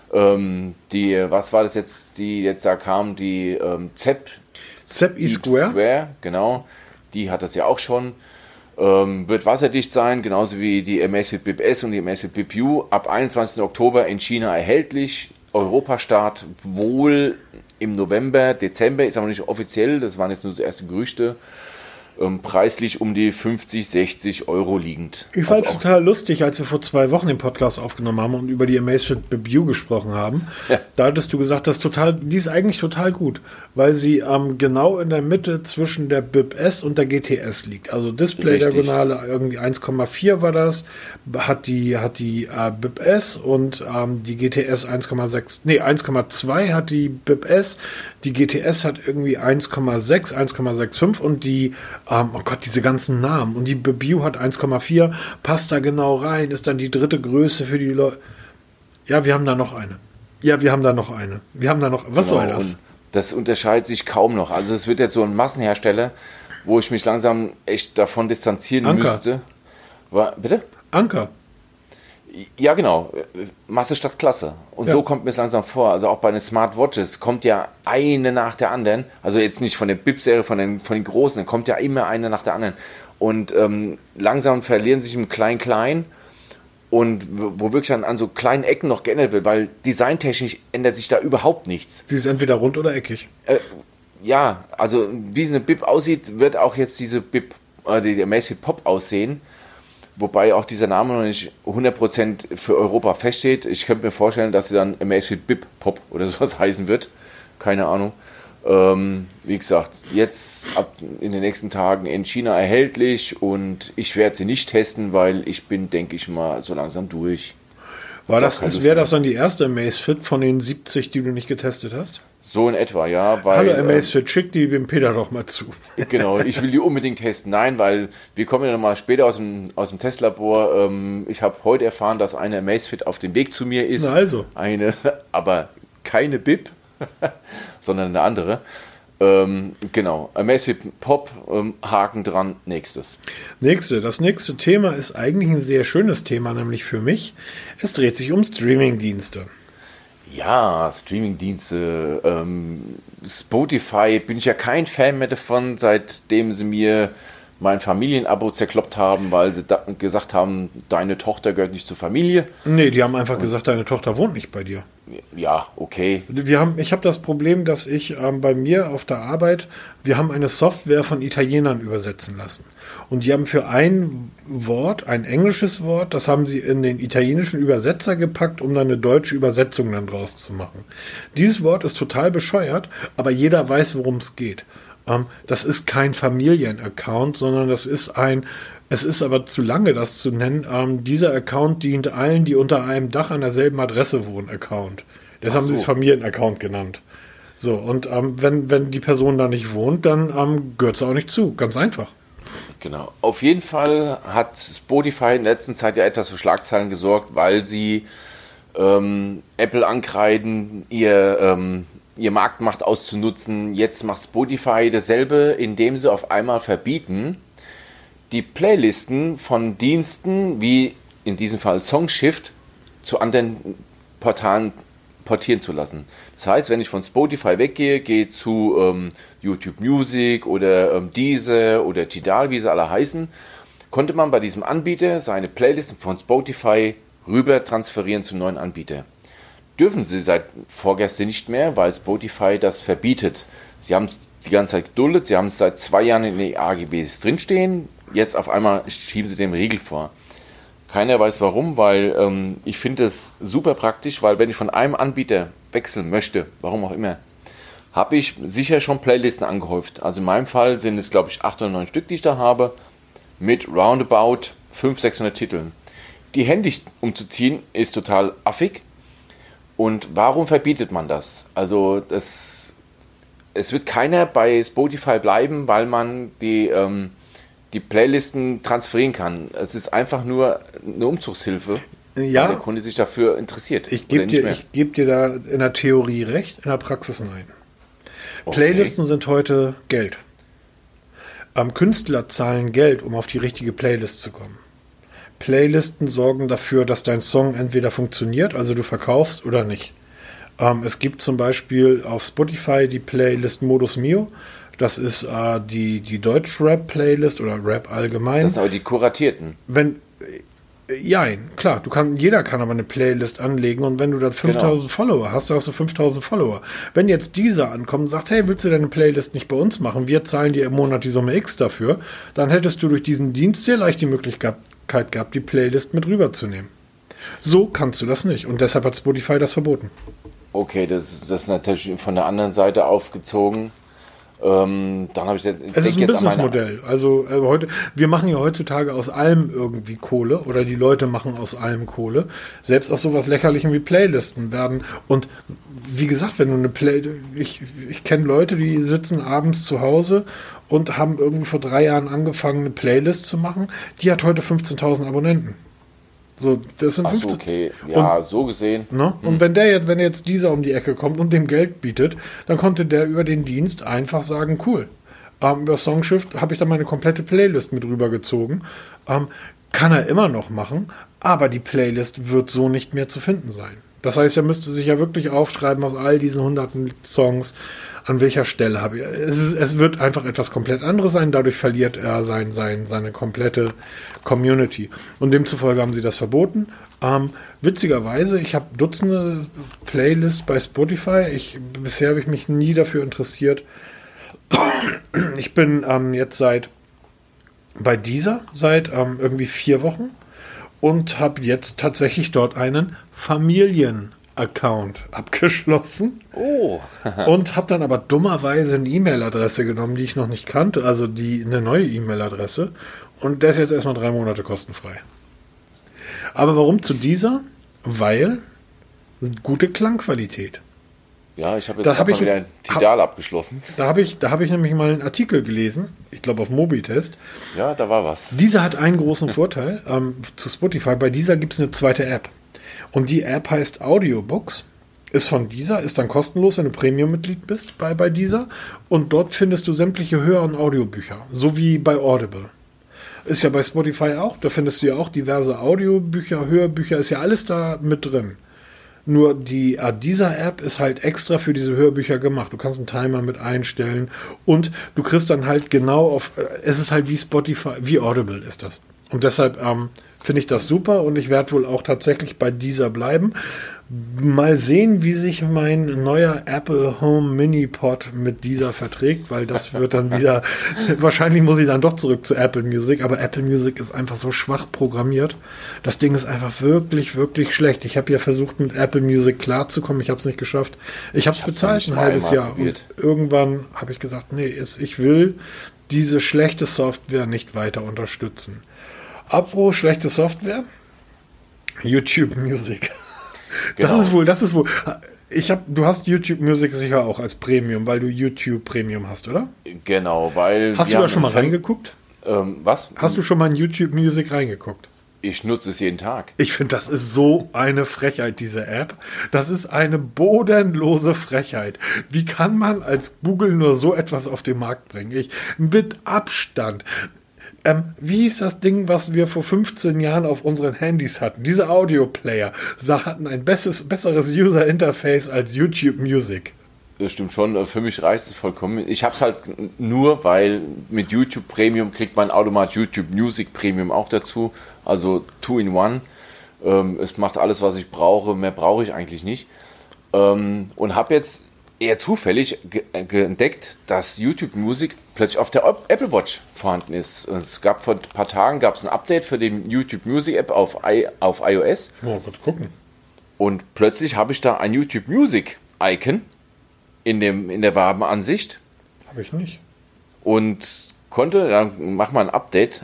S2: was war das jetzt, die jetzt da kam, die ZEP E-Square, genau, die hat das ja auch schon. Wird wasserdicht sein, genauso wie die Amazfit BIP S und die Amazfit BIP U. Ab 21. Oktober in China erhältlich. Europastart wohl im November, Dezember, ist aber nicht offiziell, das waren jetzt nur die ersten Gerüchte. preislich um die 50, 60 Euro liegend.
S1: Ich fand es total lustig, als wir vor 2 Wochen den Podcast aufgenommen haben und über die Amazfit Bip U gesprochen haben. Ja. Da hattest du gesagt, die ist eigentlich total gut, weil sie genau in der Mitte zwischen der Bip S und der GTS liegt. Also Display-Diagonale irgendwie 1,4 war das, hat die Bip S und die GTS 1,2 hat die Bip S, die GTS hat irgendwie 1,6, 1,65 und die oh Gott, diese ganzen Namen. Und die Bip U hat 1,4, passt da genau rein, ist dann die dritte Größe für die Leute. Ja, wir haben da noch eine. Was soll das?
S2: Und das unterscheidet sich kaum noch. Also es wird jetzt so ein Massenhersteller, wo ich mich langsam echt davon distanzieren müsste. Bitte?
S1: Anker.
S2: Ja, genau. Masse statt Klasse. Und so kommt mir es langsam vor. Also auch bei den Smartwatches kommt ja eine nach der anderen. Also jetzt nicht von der Bip-Serie, von den großen. Kommt ja immer eine nach der anderen. Und langsam verlieren sich im Klein-Klein. Und wo wirklich an so kleinen Ecken noch geändert wird. Weil designtechnisch ändert sich da überhaupt nichts.
S1: Sie ist entweder rund oder eckig.
S2: Ja, also wie eine Bip aussieht, wird auch jetzt diese Bip, die Amazfit Pop aussehen. Wobei auch dieser Name noch nicht 100% für Europa feststeht. Ich könnte mir vorstellen, dass sie dann Amazfit Bip Pop oder sowas heißen wird. Keine Ahnung. Wie gesagt, jetzt in den nächsten Tagen in China erhältlich und ich werde sie nicht testen, weil ich bin, denke ich mal, so langsam durch.
S1: Wäre das dann die erste Amazfit von den 70, die du nicht getestet hast?
S2: So in etwa, ja.
S1: Weil, hallo Amazfit, schick die dem Peter doch mal zu.
S2: Genau, ich will die unbedingt testen. Nein, weil wir kommen ja noch mal später aus dem Testlabor. Ich habe heute erfahren, dass eine Amazfit auf dem Weg zu mir ist.
S1: Na also.
S2: Aber keine Bip, sondern eine andere. Genau, Amazfit Pop, Haken dran, nächstes.
S1: Das nächste Thema ist eigentlich ein sehr schönes Thema, nämlich für mich. Es dreht sich um Streamingdienste.
S2: Ja, Streamingdienste, Spotify, bin ich ja kein Fan mehr davon, seitdem sie mir mein Familienabo zerkloppt haben, weil sie gesagt haben, deine Tochter gehört nicht zur Familie.
S1: Nee, die haben einfach gesagt, deine Tochter wohnt nicht bei dir.
S2: Ja, okay.
S1: Ich habe das Problem, dass ich bei mir auf der Arbeit, wir haben eine Software von Italienern übersetzen lassen. Und die haben für ein Wort, ein englisches Wort, das haben sie in den italienischen Übersetzer gepackt, um dann eine deutsche Übersetzung dann draus zu machen. Dieses Wort ist total bescheuert, aber jeder weiß, worum es geht. Das ist kein Familienaccount, sondern es ist aber zu lange, das zu nennen. Dieser Account dient allen, die unter einem Dach an derselben Adresse wohnen, Account. Deshalb haben sie es Familienaccount genannt. So, und wenn die Person da nicht wohnt, dann gehört es auch nicht zu. Ganz einfach.
S2: Genau. Auf jeden Fall hat Spotify in der letzten Zeit ja etwas für Schlagzeilen gesorgt, weil sie Apple ankreiden, ihr Marktmacht auszunutzen. Jetzt macht Spotify dasselbe, indem sie auf einmal verbieten, die Playlisten von Diensten, wie in diesem Fall Songshift, zu anderen Portalen portieren zu lassen. Das heißt, wenn ich von Spotify weggehe, gehe zu YouTube Music oder Deezer oder Tidal, wie sie alle heißen, konnte man bei diesem Anbieter seine Playlisten von Spotify rüber transferieren zum neuen Anbieter. Dürfen sie seit vorgestern nicht mehr, weil Spotify das verbietet. Sie haben es die ganze Zeit geduldet, sie haben es seit 2 Jahren in den AGBs drinstehen, jetzt auf einmal schieben sie dem Riegel vor. Keiner weiß warum, weil ich finde es super praktisch, weil wenn ich von einem Anbieter wechseln möchte, warum auch immer, habe ich sicher schon Playlisten angehäuft. Also in meinem Fall sind es, glaube ich, 8 oder 9 Stück, die ich da habe, mit roundabout 500, 600 Titeln. Die händisch umzuziehen ist total affig. Und warum verbietet man das? Also es wird keiner bei Spotify bleiben, weil man die Playlisten transferieren kann. Es ist einfach nur eine Umzugshilfe, weil der Kunde sich dafür interessiert.
S1: Ich gebe dir da in der Theorie recht, in der Praxis nein. Okay. Playlisten sind heute Geld. Künstler zahlen Geld, um auf die richtige Playlist zu kommen. Playlisten sorgen dafür, dass dein Song entweder funktioniert, also du verkaufst, oder nicht. Es gibt zum Beispiel auf Spotify die Playlist Modus Mio. Das ist die Deutsch-Rap-Playlist oder Rap allgemein.
S2: Das sind aber die kuratierten.
S1: Jein, klar, jeder kann aber eine Playlist anlegen und wenn du da 5000 Follower hast, dann hast du 5000 Follower. Wenn jetzt dieser ankommt und sagt, hey, willst du deine Playlist nicht bei uns machen? Wir zahlen dir im Monat die Summe X dafür, dann hättest du durch diesen Dienst sehr leicht die Möglichkeit gehabt, die Playlist mit rüberzunehmen. So kannst du das nicht und deshalb hat Spotify das verboten.
S2: Okay, das ist natürlich von der anderen Seite aufgezogen. Dann habe ich
S1: es ist ein Businessmodell. Also wir machen ja heutzutage aus allem irgendwie Kohle oder die Leute machen aus allem Kohle. Selbst aus sowas Lächerlichem wie Playlisten werden. Und wie gesagt, wenn du ich kenne Leute, die sitzen abends zu Hause und haben irgendwie vor 3 Jahren angefangen, eine Playlist zu machen. Die hat heute 15.000 Abonnenten. So, das sind 15.
S2: Okay, ja, und, so gesehen.
S1: Ne? Und wenn jetzt dieser um die Ecke kommt und dem Geld bietet, dann konnte der über den Dienst einfach sagen, cool. Über Songshift habe ich dann meine komplette Playlist mit rübergezogen. Kann er immer noch machen, aber die Playlist wird so nicht mehr zu finden sein. Das heißt, er müsste sich ja wirklich aufschreiben aus all diesen hunderten Songs, an welcher Stelle habe ich. Es wird einfach etwas komplett anderes sein, dadurch verliert er seine komplette Community. Und demzufolge haben sie das verboten. Witzigerweise, ich habe Dutzende Playlists bei Spotify. Bisher habe ich mich nie dafür interessiert. Ich bin jetzt seit irgendwie 4 Wochen und habe jetzt tatsächlich dort einen Familien-Account abgeschlossen.
S2: Oh.
S1: Und habe dann aber dummerweise eine E-Mail-Adresse genommen, die ich noch nicht kannte, also eine neue E-Mail-Adresse. Und der ist jetzt erstmal 3 Monate kostenfrei. Aber warum zu dieser? Weil gute Klangqualität.
S2: Ja, ich habe jetzt wieder ein Tidal abgeschlossen.
S1: Da habe ich nämlich mal einen Artikel gelesen, ich glaube auf Mobitest.
S2: Ja, da war was.
S1: Dieser hat einen großen Vorteil zu Spotify. Bei dieser gibt es eine zweite App. Und die App heißt Audiobooks. Ist von dieser, ist dann kostenlos, wenn du Premium-Mitglied bist bei dieser. Und dort findest du sämtliche Hör- und Audiobücher. So wie bei Audible. Ist ja bei Spotify auch. Da findest du ja auch diverse Audiobücher, Hörbücher. Ist ja alles da mit drin. Nur dieser App ist halt extra für diese Hörbücher gemacht. Du kannst einen Timer mit einstellen und du kriegst dann halt genau es ist halt wie Spotify, wie Audible ist das. Und deshalb finde ich das super und ich werde wohl auch tatsächlich bei dieser bleiben. Mal sehen, wie sich mein neuer Apple Home Mini Pod mit dieser verträgt, weil das wird dann wieder, wahrscheinlich muss ich dann doch zurück zu Apple Music, aber Apple Music ist einfach so schwach programmiert. Das Ding ist einfach wirklich, wirklich schlecht. Ich habe ja versucht, mit Apple Music klarzukommen, ich habe es nicht geschafft. Ich habe es bezahlt ein halbes Jahr und irgendwann habe ich gesagt, nee, ich will diese schlechte Software nicht weiter unterstützen. Apropos schlechte Software, YouTube Music. Genau. Das ist wohl. Du hast YouTube Music sicher auch als Premium, weil du YouTube Premium hast, oder?
S2: Genau, weil.
S1: Hast du da schon mal reingeguckt?
S2: Was?
S1: Hast du schon mal in YouTube Music reingeguckt?
S2: Ich nutze es jeden Tag.
S1: Ich finde, das ist so eine Frechheit, diese App. Das ist eine bodenlose Frechheit. Wie kann man als Google nur so etwas auf den Markt bringen? Mit Abstand. Wie hieß das Ding, was wir vor 15 Jahren auf unseren Handys hatten? Diese Audio-Player hatten ein besseres User-Interface als YouTube Music.
S2: Das stimmt schon. Für mich reicht es vollkommen. Ich habe es halt nur, weil mit YouTube Premium kriegt man automatisch YouTube Music Premium auch dazu. Also 2-in-1. Es macht alles, was ich brauche. Mehr brauche ich eigentlich nicht. Und habe jetzt eher zufällig entdeckt, dass YouTube Music plötzlich auf der Apple Watch vorhanden ist. Es gab vor ein paar Tagen ein Update für den YouTube Music App auf iOS.
S1: Oh, gut gucken.
S2: Und plötzlich habe ich da ein YouTube Music Icon in der Wabenansicht.
S1: Habe ich nicht.
S2: Und dann mach mal ein Update.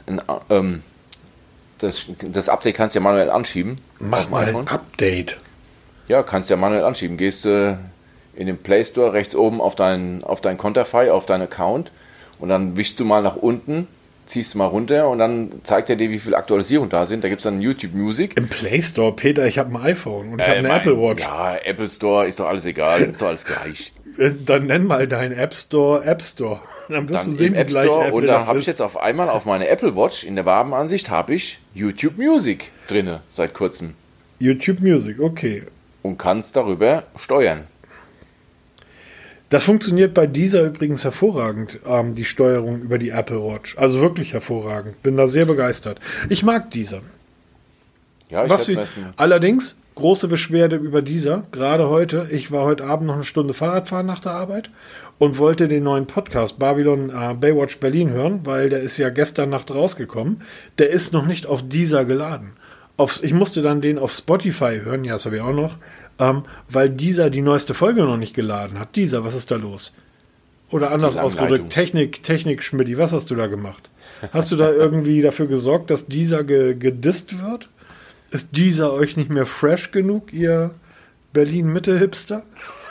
S2: Das Update kannst du ja manuell anschieben.
S1: Mach mal ein Update.
S2: Ja, kannst du ja manuell anschieben. Gehst du in den Play Store rechts oben auf dein Konterfei, auf deinen Account und dann wischst du mal nach unten, ziehst du mal runter und dann zeigt er dir, wie viele Aktualisierungen da sind. Da gibt es dann YouTube Music.
S1: Im Play Store, Peter, ich habe ein iPhone und ich habe eine Apple Watch.
S2: Ja, Apple Store ist doch alles egal, ist doch alles gleich.
S1: Dann nenn mal deinen App Store. Dann wirst du sehen, wie gleich Apple
S2: ist. Und dann habe ich jetzt auf einmal auf meine Apple Watch in der Wabenansicht habe ich YouTube Music drinne seit kurzem.
S1: YouTube Music, okay.
S2: Und kannst darüber steuern.
S1: Das funktioniert bei dieser übrigens hervorragend, die Steuerung über die Apple Watch. Also wirklich hervorragend. Bin da sehr begeistert. Ich mag diese.
S2: Ja,
S1: allerdings, große Beschwerde über dieser, gerade heute. Ich war heute Abend noch eine Stunde Fahrradfahren nach der Arbeit und wollte den neuen Podcast Babylon Baywatch Berlin hören, weil der ist ja gestern Nacht rausgekommen. Der ist noch nicht auf dieser geladen. Ich musste dann den auf Spotify hören, ja, das habe ich auch noch, weil dieser die neueste Folge noch nicht geladen hat. Dieser, was ist da los? Oder anders ausgedrückt, Technik Schmidti, was hast du da gemacht? Hast du da irgendwie dafür gesorgt, dass dieser gedisst wird? Ist dieser euch nicht mehr fresh genug, ihr Berlin-Mitte-Hipster?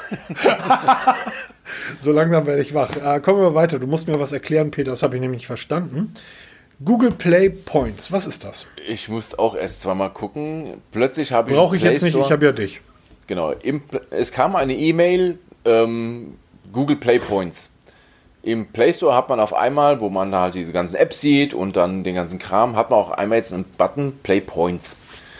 S1: So langsam werde ich wach. Kommen wir weiter. Du musst mir was erklären, Peter, das habe ich nämlich nicht verstanden. Google Play Points, was ist das?
S2: Ich musste auch erst zweimal gucken. Plötzlich habe ich...
S1: Brauche ich jetzt nicht, ich habe ja dich.
S2: Genau. Es kam eine E-Mail, Google Play Points. Im Play Store hat man auf einmal, wo man halt diese ganzen Apps sieht und dann den ganzen Kram, hat man auch einmal jetzt einen Button Play Points.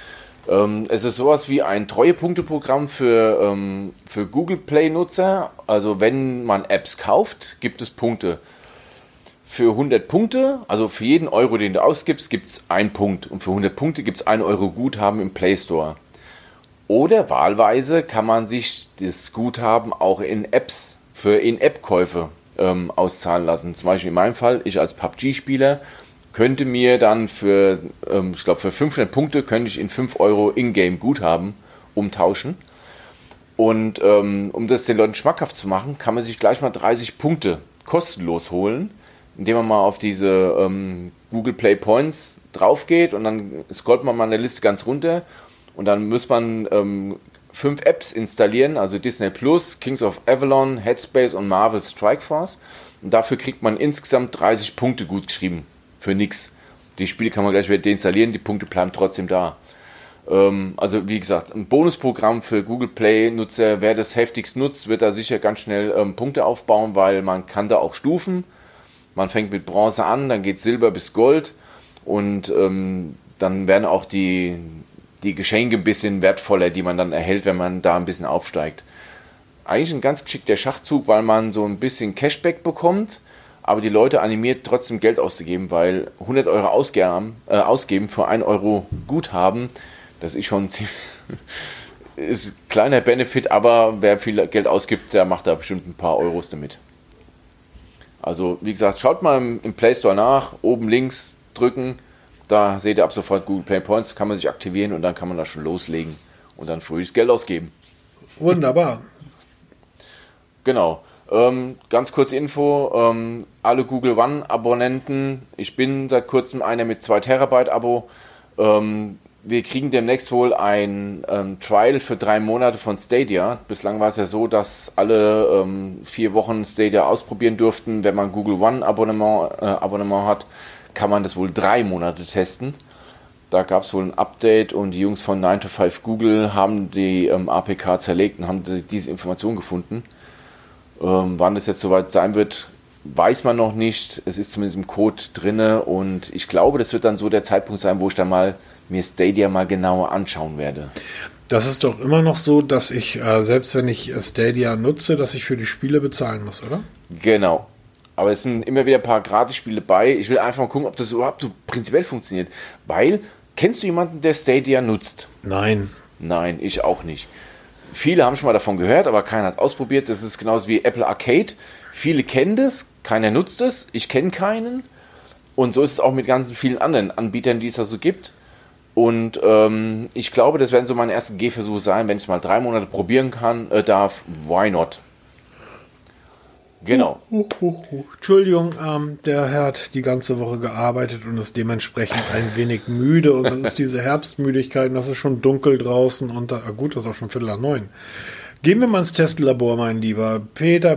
S2: Es ist sowas wie ein Treuepunkteprogramm für Google Play-Nutzer. Also wenn man Apps kauft, gibt es Punkte. Für 100 Punkte, also für jeden Euro, den du ausgibst, gibt es einen Punkt. Und für 100 Punkte gibt es 1 Euro Guthaben im Play Store. Oder wahlweise kann man sich das Guthaben auch in Apps für In-App-Käufe auszahlen lassen. Zum Beispiel in meinem Fall, ich als PUBG-Spieler könnte mir dann für 500 Punkte könnte ich in 5 Euro Ingame Guthaben umtauschen. Und um das den Leuten schmackhaft zu machen, kann man sich gleich mal 30 Punkte kostenlos holen, indem man mal auf diese Google Play Points drauf geht und dann scrollt man mal eine Liste ganz runter und dann muss man 5 Apps installieren, also Disney Plus, Kings of Avalon, Headspace und Marvel Strike Force. Und dafür kriegt man insgesamt 30 Punkte gut geschrieben. Für nix. Die Spiele kann man gleich wieder deinstallieren, die Punkte bleiben trotzdem da. Also wie gesagt, ein Bonusprogramm für Google Play-Nutzer. Wer das heftigst nutzt, wird da sicher ganz schnell Punkte aufbauen, weil man kann da auch Stufen. Man fängt mit Bronze an, dann geht Silber bis Gold und dann werden auch die Geschenke ein bisschen wertvoller, die man dann erhält, wenn man da ein bisschen aufsteigt. Eigentlich ein ganz geschickter Schachzug, weil man so ein bisschen Cashback bekommt, aber die Leute animiert, trotzdem Geld auszugeben, weil 100 Euro ausgeben für 1 Euro Guthaben, das ist schon ist ein kleiner Benefit, aber wer viel Geld ausgibt, der macht da bestimmt ein paar Euros damit. Also wie gesagt, schaut mal im Play Store nach, oben links drücken, da seht ihr ab sofort Google Play Points, kann man sich aktivieren und dann kann man da schon loslegen und dann frühes Geld ausgeben.
S1: Wunderbar.
S2: Genau. Ganz kurze Info, alle Google One Abonnenten, ich bin seit kurzem einer mit 2 Terabyte Abo, wir kriegen demnächst wohl ein Trial für 3 Monate von Stadia. Bislang war es ja so, dass alle 4 Wochen Stadia ausprobieren durften. Wenn man Google One Abonnement hat, kann man das wohl 3 Monate testen. Da gab es wohl ein Update und die Jungs von 9 to 5 Google haben die APK zerlegt und haben diese Information gefunden. Wann das jetzt soweit sein wird, weiß man noch nicht. Es ist zumindest im Code drinne und ich glaube, das wird dann so der Zeitpunkt sein, wo ich dann mal mir Stadia mal genauer anschauen werde.
S1: Das ist doch immer noch so, dass ich, selbst wenn ich Stadia nutze, dass ich für die Spiele bezahlen muss, oder?
S2: Genau. Aber es sind immer wieder ein paar Gratis-Spiele bei. Ich will einfach mal gucken, ob das überhaupt so prinzipiell funktioniert. Weil, kennst du jemanden, der Stadia nutzt?
S1: Nein.
S2: Nein, ich auch nicht. Viele haben schon mal davon gehört, aber keiner hat es ausprobiert. Das ist genauso wie Apple Arcade. Viele kennen das, keiner nutzt es. Ich kenne keinen. Und so ist es auch mit ganz vielen anderen Anbietern, die es da so gibt. Und ich glaube, das werden so meine ersten Gehversuche sein, wenn ich es mal 3 Monate probieren darf. Why not? Genau.
S1: Entschuldigung, der Herr hat die ganze Woche gearbeitet und ist dementsprechend ein wenig müde. Und das ist diese Herbstmüdigkeit und das ist schon dunkel draußen. Und gut, das ist auch schon 8:45. Gehen wir mal ins Testlabor, mein Lieber. Peter.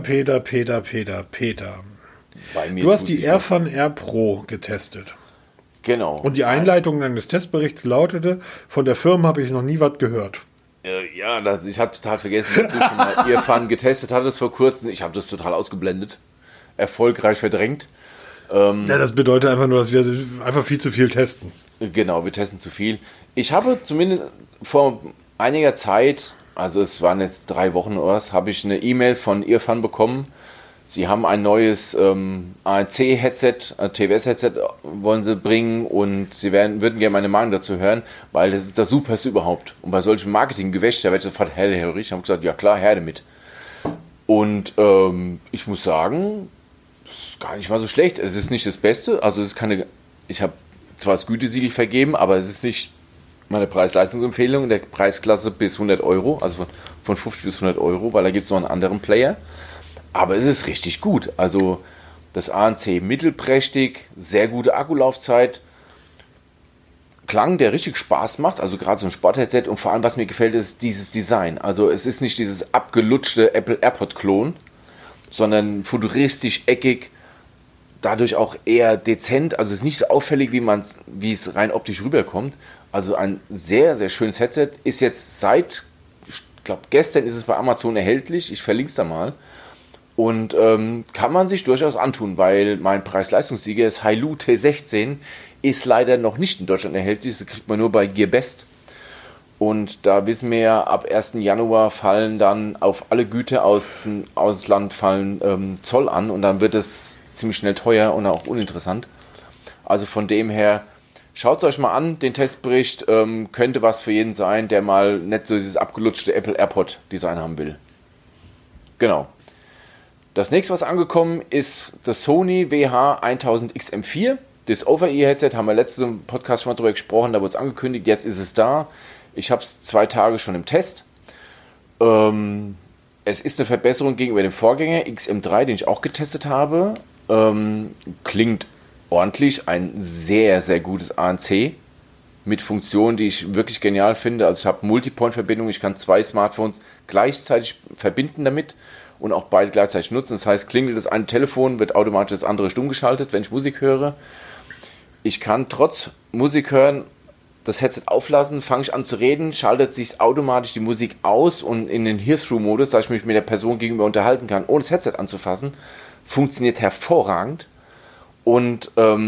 S1: Du hast die Airfun Air Pro getestet.
S2: Genau.
S1: Und die Einleitung deines Testberichts lautete, von der Firma habe ich noch nie was gehört.
S2: Ja, ich hatte total vergessen, dass du schon mal Airfun getestet hattest vor kurzem. Ich habe das total ausgeblendet. Erfolgreich verdrängt.
S1: Ja, das bedeutet einfach nur, dass wir einfach viel zu viel testen.
S2: Genau, wir testen zu viel. Ich habe zumindest vor einiger Zeit, also es waren jetzt 3 Wochen oder was, habe ich eine E-Mail von Airfun bekommen. Sie haben ein neues ANC-Headset, TWS-Headset wollen sie bringen und sie würden gerne meine Meinung dazu hören, weil das ist das Superste überhaupt. Und bei solchen Marketinggewäsch, da werde ich sofort hellhörig. Ich habe gesagt, ja klar, her damit. Und ich muss sagen, es ist gar nicht mal so schlecht. Es ist nicht das Beste. Also es ist keine, ich habe zwar das Gütesiegel vergeben, aber es ist nicht meine Preis-Leistungsempfehlung in der Preisklasse bis 100 Euro, also von 50 bis 100 Euro, weil da gibt es noch einen anderen Player. Aber es ist richtig gut. Also das ANC mittelprächtig, sehr gute Akkulaufzeit, Klang, der richtig Spaß macht, also gerade so ein Sport-Headset und vor allem, was mir gefällt, ist dieses Design. Also es ist nicht dieses abgelutschte Apple AirPod-Klon, sondern futuristisch, eckig, dadurch auch eher dezent, also es ist nicht so auffällig, wie es rein optisch rüberkommt. Also ein sehr, sehr schönes Headset, ist jetzt seit, ich glaube gestern ist es bei Amazon erhältlich, ich verlinke es da mal. Und kann man sich durchaus antun, weil mein Preis-Leistungssieger ist Hailu T16, ist leider noch nicht in Deutschland erhältlich, das kriegt man nur bei Gearbest. Und da wissen wir ja, ab 1. Januar fallen dann auf alle Güter aus dem Ausland fallen Zoll an und dann wird es ziemlich schnell teuer und auch uninteressant. Also von dem her, schaut es euch mal an, den Testbericht, könnte was für jeden sein, der mal nicht so dieses abgelutschte Apple AirPod Design haben will. Genau. Das nächste, was angekommen ist, das Sony WH-1000XM4. Das Over-Ear-Headset haben wir letzten Podcast schon mal drüber gesprochen, da wurde es angekündigt, jetzt ist es da. Ich habe es 2 Tage schon im Test. Es ist eine Verbesserung gegenüber dem Vorgänger XM3, den ich auch getestet habe. Klingt ordentlich, ein sehr, sehr gutes ANC mit Funktionen, die ich wirklich genial finde. Also ich habe Multipoint-Verbindung, ich kann 2 Smartphones gleichzeitig verbinden damit und auch beide gleichzeitig nutzen. Das heißt, klingelt das eine Telefon, wird automatisch das andere stumm geschaltet, wenn ich Musik höre. Ich kann trotz Musik hören das Headset auflassen, fange ich an zu reden, schaltet sich automatisch die Musik aus und in den Hear-Through-Modus, dass ich mich mit der Person gegenüber unterhalten kann, ohne das Headset anzufassen. Funktioniert hervorragend und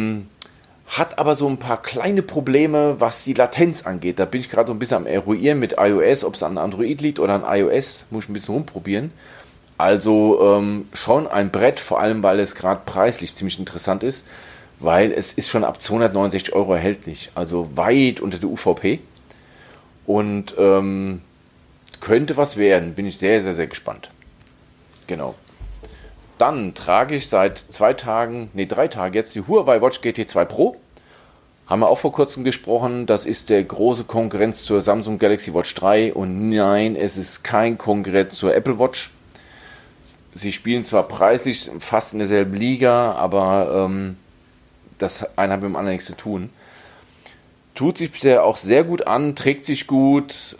S2: hat aber so ein paar kleine Probleme, was die Latenz angeht. Da bin ich gerade so ein bisschen am Eruieren mit iOS, ob es an Android liegt oder an iOS, muss ich ein bisschen rumprobieren. Also schon ein Brett, vor allem weil es gerade preislich ziemlich interessant ist, weil es ist schon ab 269 Euro erhältlich, also weit unter der UVP und könnte was werden, bin ich sehr, sehr, sehr gespannt. Genau. Dann trage ich seit 3 Tagen jetzt die Huawei Watch GT2 Pro. Haben wir auch vor kurzem gesprochen, das ist der große Konkurrenz zur Samsung Galaxy Watch 3 und nein, es ist kein Konkurrent zur Apple Watch. Sie spielen zwar preislich fast in derselben Liga, aber das eine hat mit dem anderen nichts zu tun. Tut sich bisher auch sehr gut an, trägt sich gut,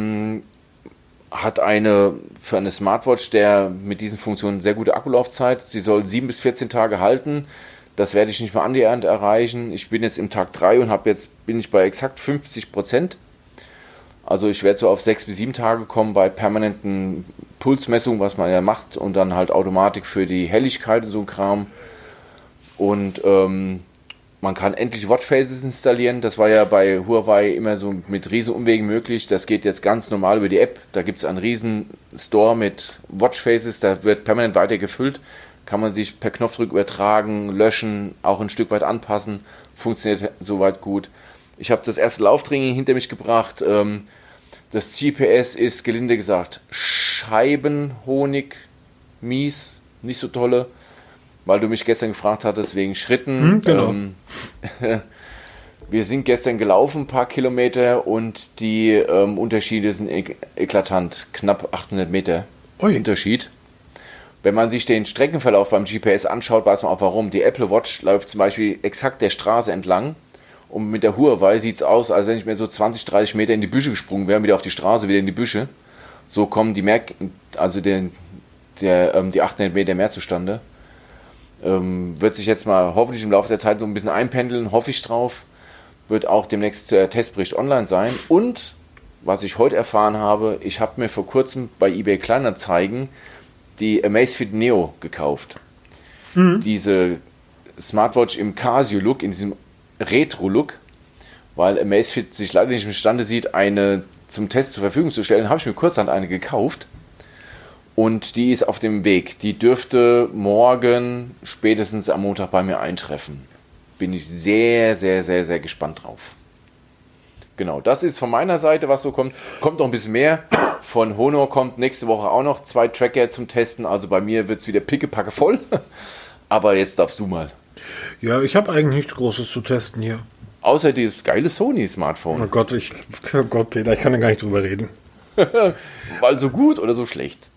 S2: hat für eine Smartwatch, der mit diesen Funktionen sehr gute Akkulaufzeit. Sie soll 7 bis 14 Tage halten. Das werde ich nicht mal annähernd erreichen. Ich bin jetzt im Tag 3 und bin ich bei exakt 50%. Also ich werde so auf 6 bis 7 Tage kommen bei permanenten Pulsmessungen, was man ja macht, und dann halt Automatik für die Helligkeit und so ein Kram. Und man kann endlich Watchfaces installieren. Das war ja bei Huawei immer so mit riesen Umwegen möglich. Das geht jetzt ganz normal über die App. Da gibt es einen riesen Store mit Watchfaces. Da wird permanent weiter gefüllt. Kann man sich per Knopfdruck übertragen, löschen, auch ein Stück weit anpassen. Funktioniert soweit gut. Ich habe das erste Lauftraining hinter mich gebracht. Das GPS ist, gelinde gesagt, Scheibenhonig, mies, nicht so tolle. Weil du mich gestern gefragt hattest wegen Schritten.
S1: Genau.
S2: Wir sind gestern gelaufen, ein paar Kilometer, und die Unterschiede sind eklatant. Knapp 800 Meter Unterschied. Wenn man sich den Streckenverlauf beim GPS anschaut, weiß man auch warum. Die Apple Watch läuft zum Beispiel exakt der Straße entlang. Und mit der Huawei sieht es aus, als wenn ich mir so 20, 30 Meter in die Büsche gesprungen wäre, wieder auf die Straße, wieder in die Büsche. So kommen die 800 Meter mehr zustande. Wird sich jetzt mal hoffentlich im Laufe der Zeit so ein bisschen einpendeln, hoffe ich drauf. Wird auch demnächst der Testbericht online sein. Und, was ich heute erfahren habe, ich habe mir vor kurzem bei eBay Kleinanzeigen die Amazfit Neo gekauft. Diese Smartwatch im Casio-Look, in diesem Retro-Look, weil Amazfit sich leider nicht imstande sieht, eine zum Test zur Verfügung zu stellen, habe ich mir kurzerhand eine gekauft. Und die ist auf dem Weg. Die dürfte morgen, spätestens am Montag bei mir eintreffen. Bin ich sehr, sehr, sehr, sehr gespannt drauf. Genau, das ist von meiner Seite, was so kommt. Kommt noch ein bisschen mehr. Von Honor kommt nächste Woche auch noch 2 Tracker zum Testen. Also bei mir wird es wieder pickepacke voll. Aber jetzt darfst du mal.
S1: Ja, ich habe eigentlich nichts Großes zu testen hier.
S2: Außer dieses geile Sony-Smartphone.
S1: Oh Gott, Peter, ich kann da gar nicht drüber reden.
S2: Weil so gut oder so schlecht?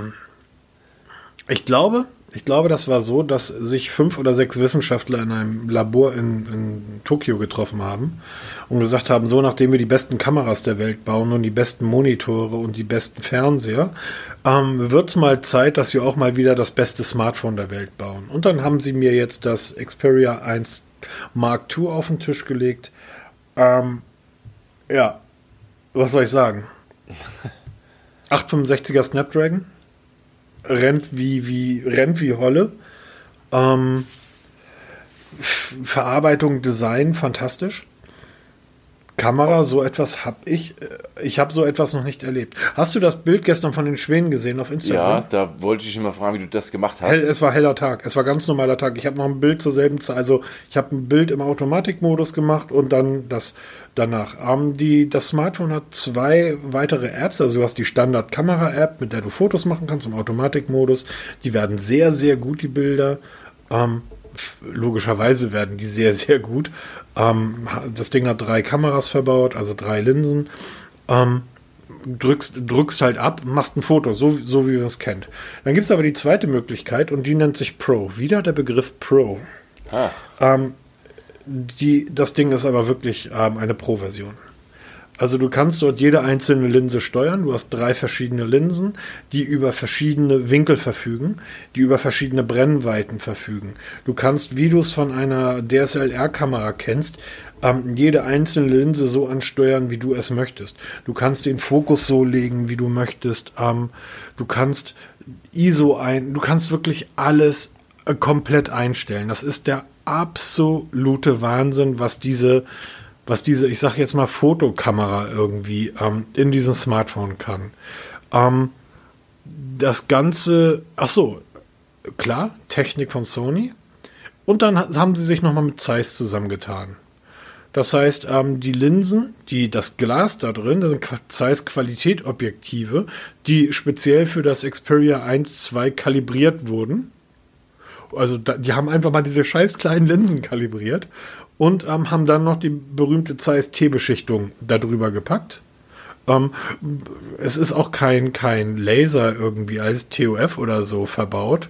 S1: Ich glaube, das war so, dass sich 5 oder 6 Wissenschaftler in einem Labor in Tokio getroffen haben und gesagt haben, so nachdem wir die besten Kameras der Welt bauen und die besten Monitore und die besten Fernseher, wird es mal Zeit, dass wir auch mal wieder das beste Smartphone der Welt bauen. Und dann haben sie mir jetzt das Xperia 1 Mark II auf den Tisch gelegt. Ja, was soll ich sagen? 865er Snapdragon. Rennt wie Holle. Verarbeitung, Design, fantastisch. Kamera, so etwas habe ich. Ich habe so etwas noch nicht erlebt. Hast du das Bild gestern von den Schwänen gesehen auf Instagram?
S2: Ja, da wollte ich immer fragen, wie du das gemacht hast.
S1: Es war heller Tag. Es war ganz normaler Tag. Ich habe noch ein Bild zur selben Zeit. Also ich habe ein Bild im Automatikmodus gemacht und dann das danach. Das Smartphone hat 2 weitere Apps. Also du hast die Standard-Kamera-App, mit der du Fotos machen kannst im Automatikmodus. Die werden sehr, sehr gut, die Bilder. Logischerweise werden die sehr, sehr gut. Das Ding hat 3 Kameras verbaut, also 3 Linsen. Drückst halt ab, machst ein Foto, so wie man es kennt. Dann gibt es aber die zweite Möglichkeit und die nennt sich Pro. Wieder der Begriff Pro. Das Ding ist aber wirklich eine Pro-Version. Also du kannst dort jede einzelne Linse steuern. Du hast 3 verschiedene Linsen, die über verschiedene Winkel verfügen, die über verschiedene Brennweiten verfügen. Du kannst, wie du es von einer DSLR-Kamera kennst, jede einzelne Linse so ansteuern, wie du es möchtest. Du kannst den Fokus so legen, wie du möchtest. Du kannst du kannst wirklich alles komplett einstellen. Das ist der absolute Wahnsinn, was diese, ich sag jetzt mal, Fotokamera irgendwie in diesem Smartphone kann. Das Ganze, klar, Technik von Sony. Und dann haben sie sich nochmal mit Zeiss zusammengetan. Das heißt, die Linsen, das Glas da drin, das sind Zeiss Qualitätobjektive, die speziell für das Xperia 1.2 kalibriert wurden. Also die haben einfach mal diese scheiß kleinen Linsen kalibriert und haben dann noch die berühmte Zeiss T-Beschichtung darüber gepackt. Es ist auch kein Laser irgendwie als TOF oder so verbaut.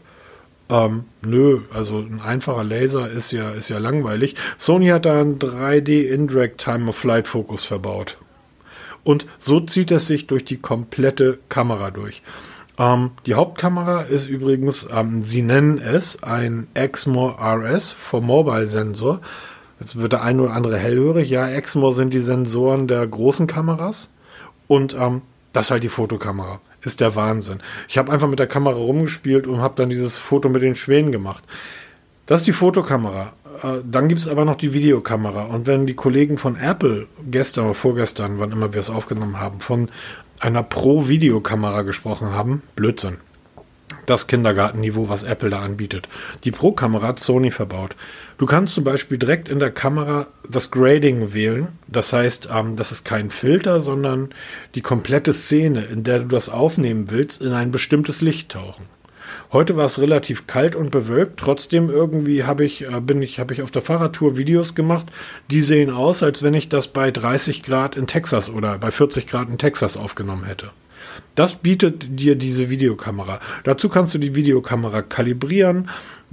S1: Nö, also ein einfacher Laser ist ja langweilig. Sony hat da einen 3D Indirect Time of Flight Fokus verbaut. Und so zieht es sich durch die komplette Kamera durch. Die Hauptkamera ist übrigens, sie nennen es ein Exmor RS for Mobile Sensor. Jetzt wird der eine oder andere hellhörig. Ja, Exmor sind die Sensoren der großen Kameras. Und das ist halt die Fotokamera. Ist der Wahnsinn. Ich habe einfach mit der Kamera rumgespielt und habe dann dieses Foto mit den Schwänen gemacht. Das ist die Fotokamera. Dann gibt es aber noch die Videokamera. Und wenn die Kollegen von Apple gestern oder vorgestern, wann immer wir es aufgenommen haben, von einer Pro-Videokamera gesprochen haben, Blödsinn. Das Kindergartenniveau, was Apple da anbietet. Die Pro-Kamera hat Sony verbaut. Du kannst zum Beispiel direkt in der Kamera das Grading wählen. Das heißt, das ist kein Filter, sondern die komplette Szene, in der du das aufnehmen willst, in ein bestimmtes Licht tauchen. Heute war es relativ kalt und bewölkt. Trotzdem irgendwie habe ich auf der Fahrradtour Videos gemacht, die sehen aus, als wenn ich das bei 30 Grad in Texas oder bei 40 Grad in Texas aufgenommen hätte. Das bietet dir diese Videokamera. Dazu kannst du die Videokamera kalibrieren.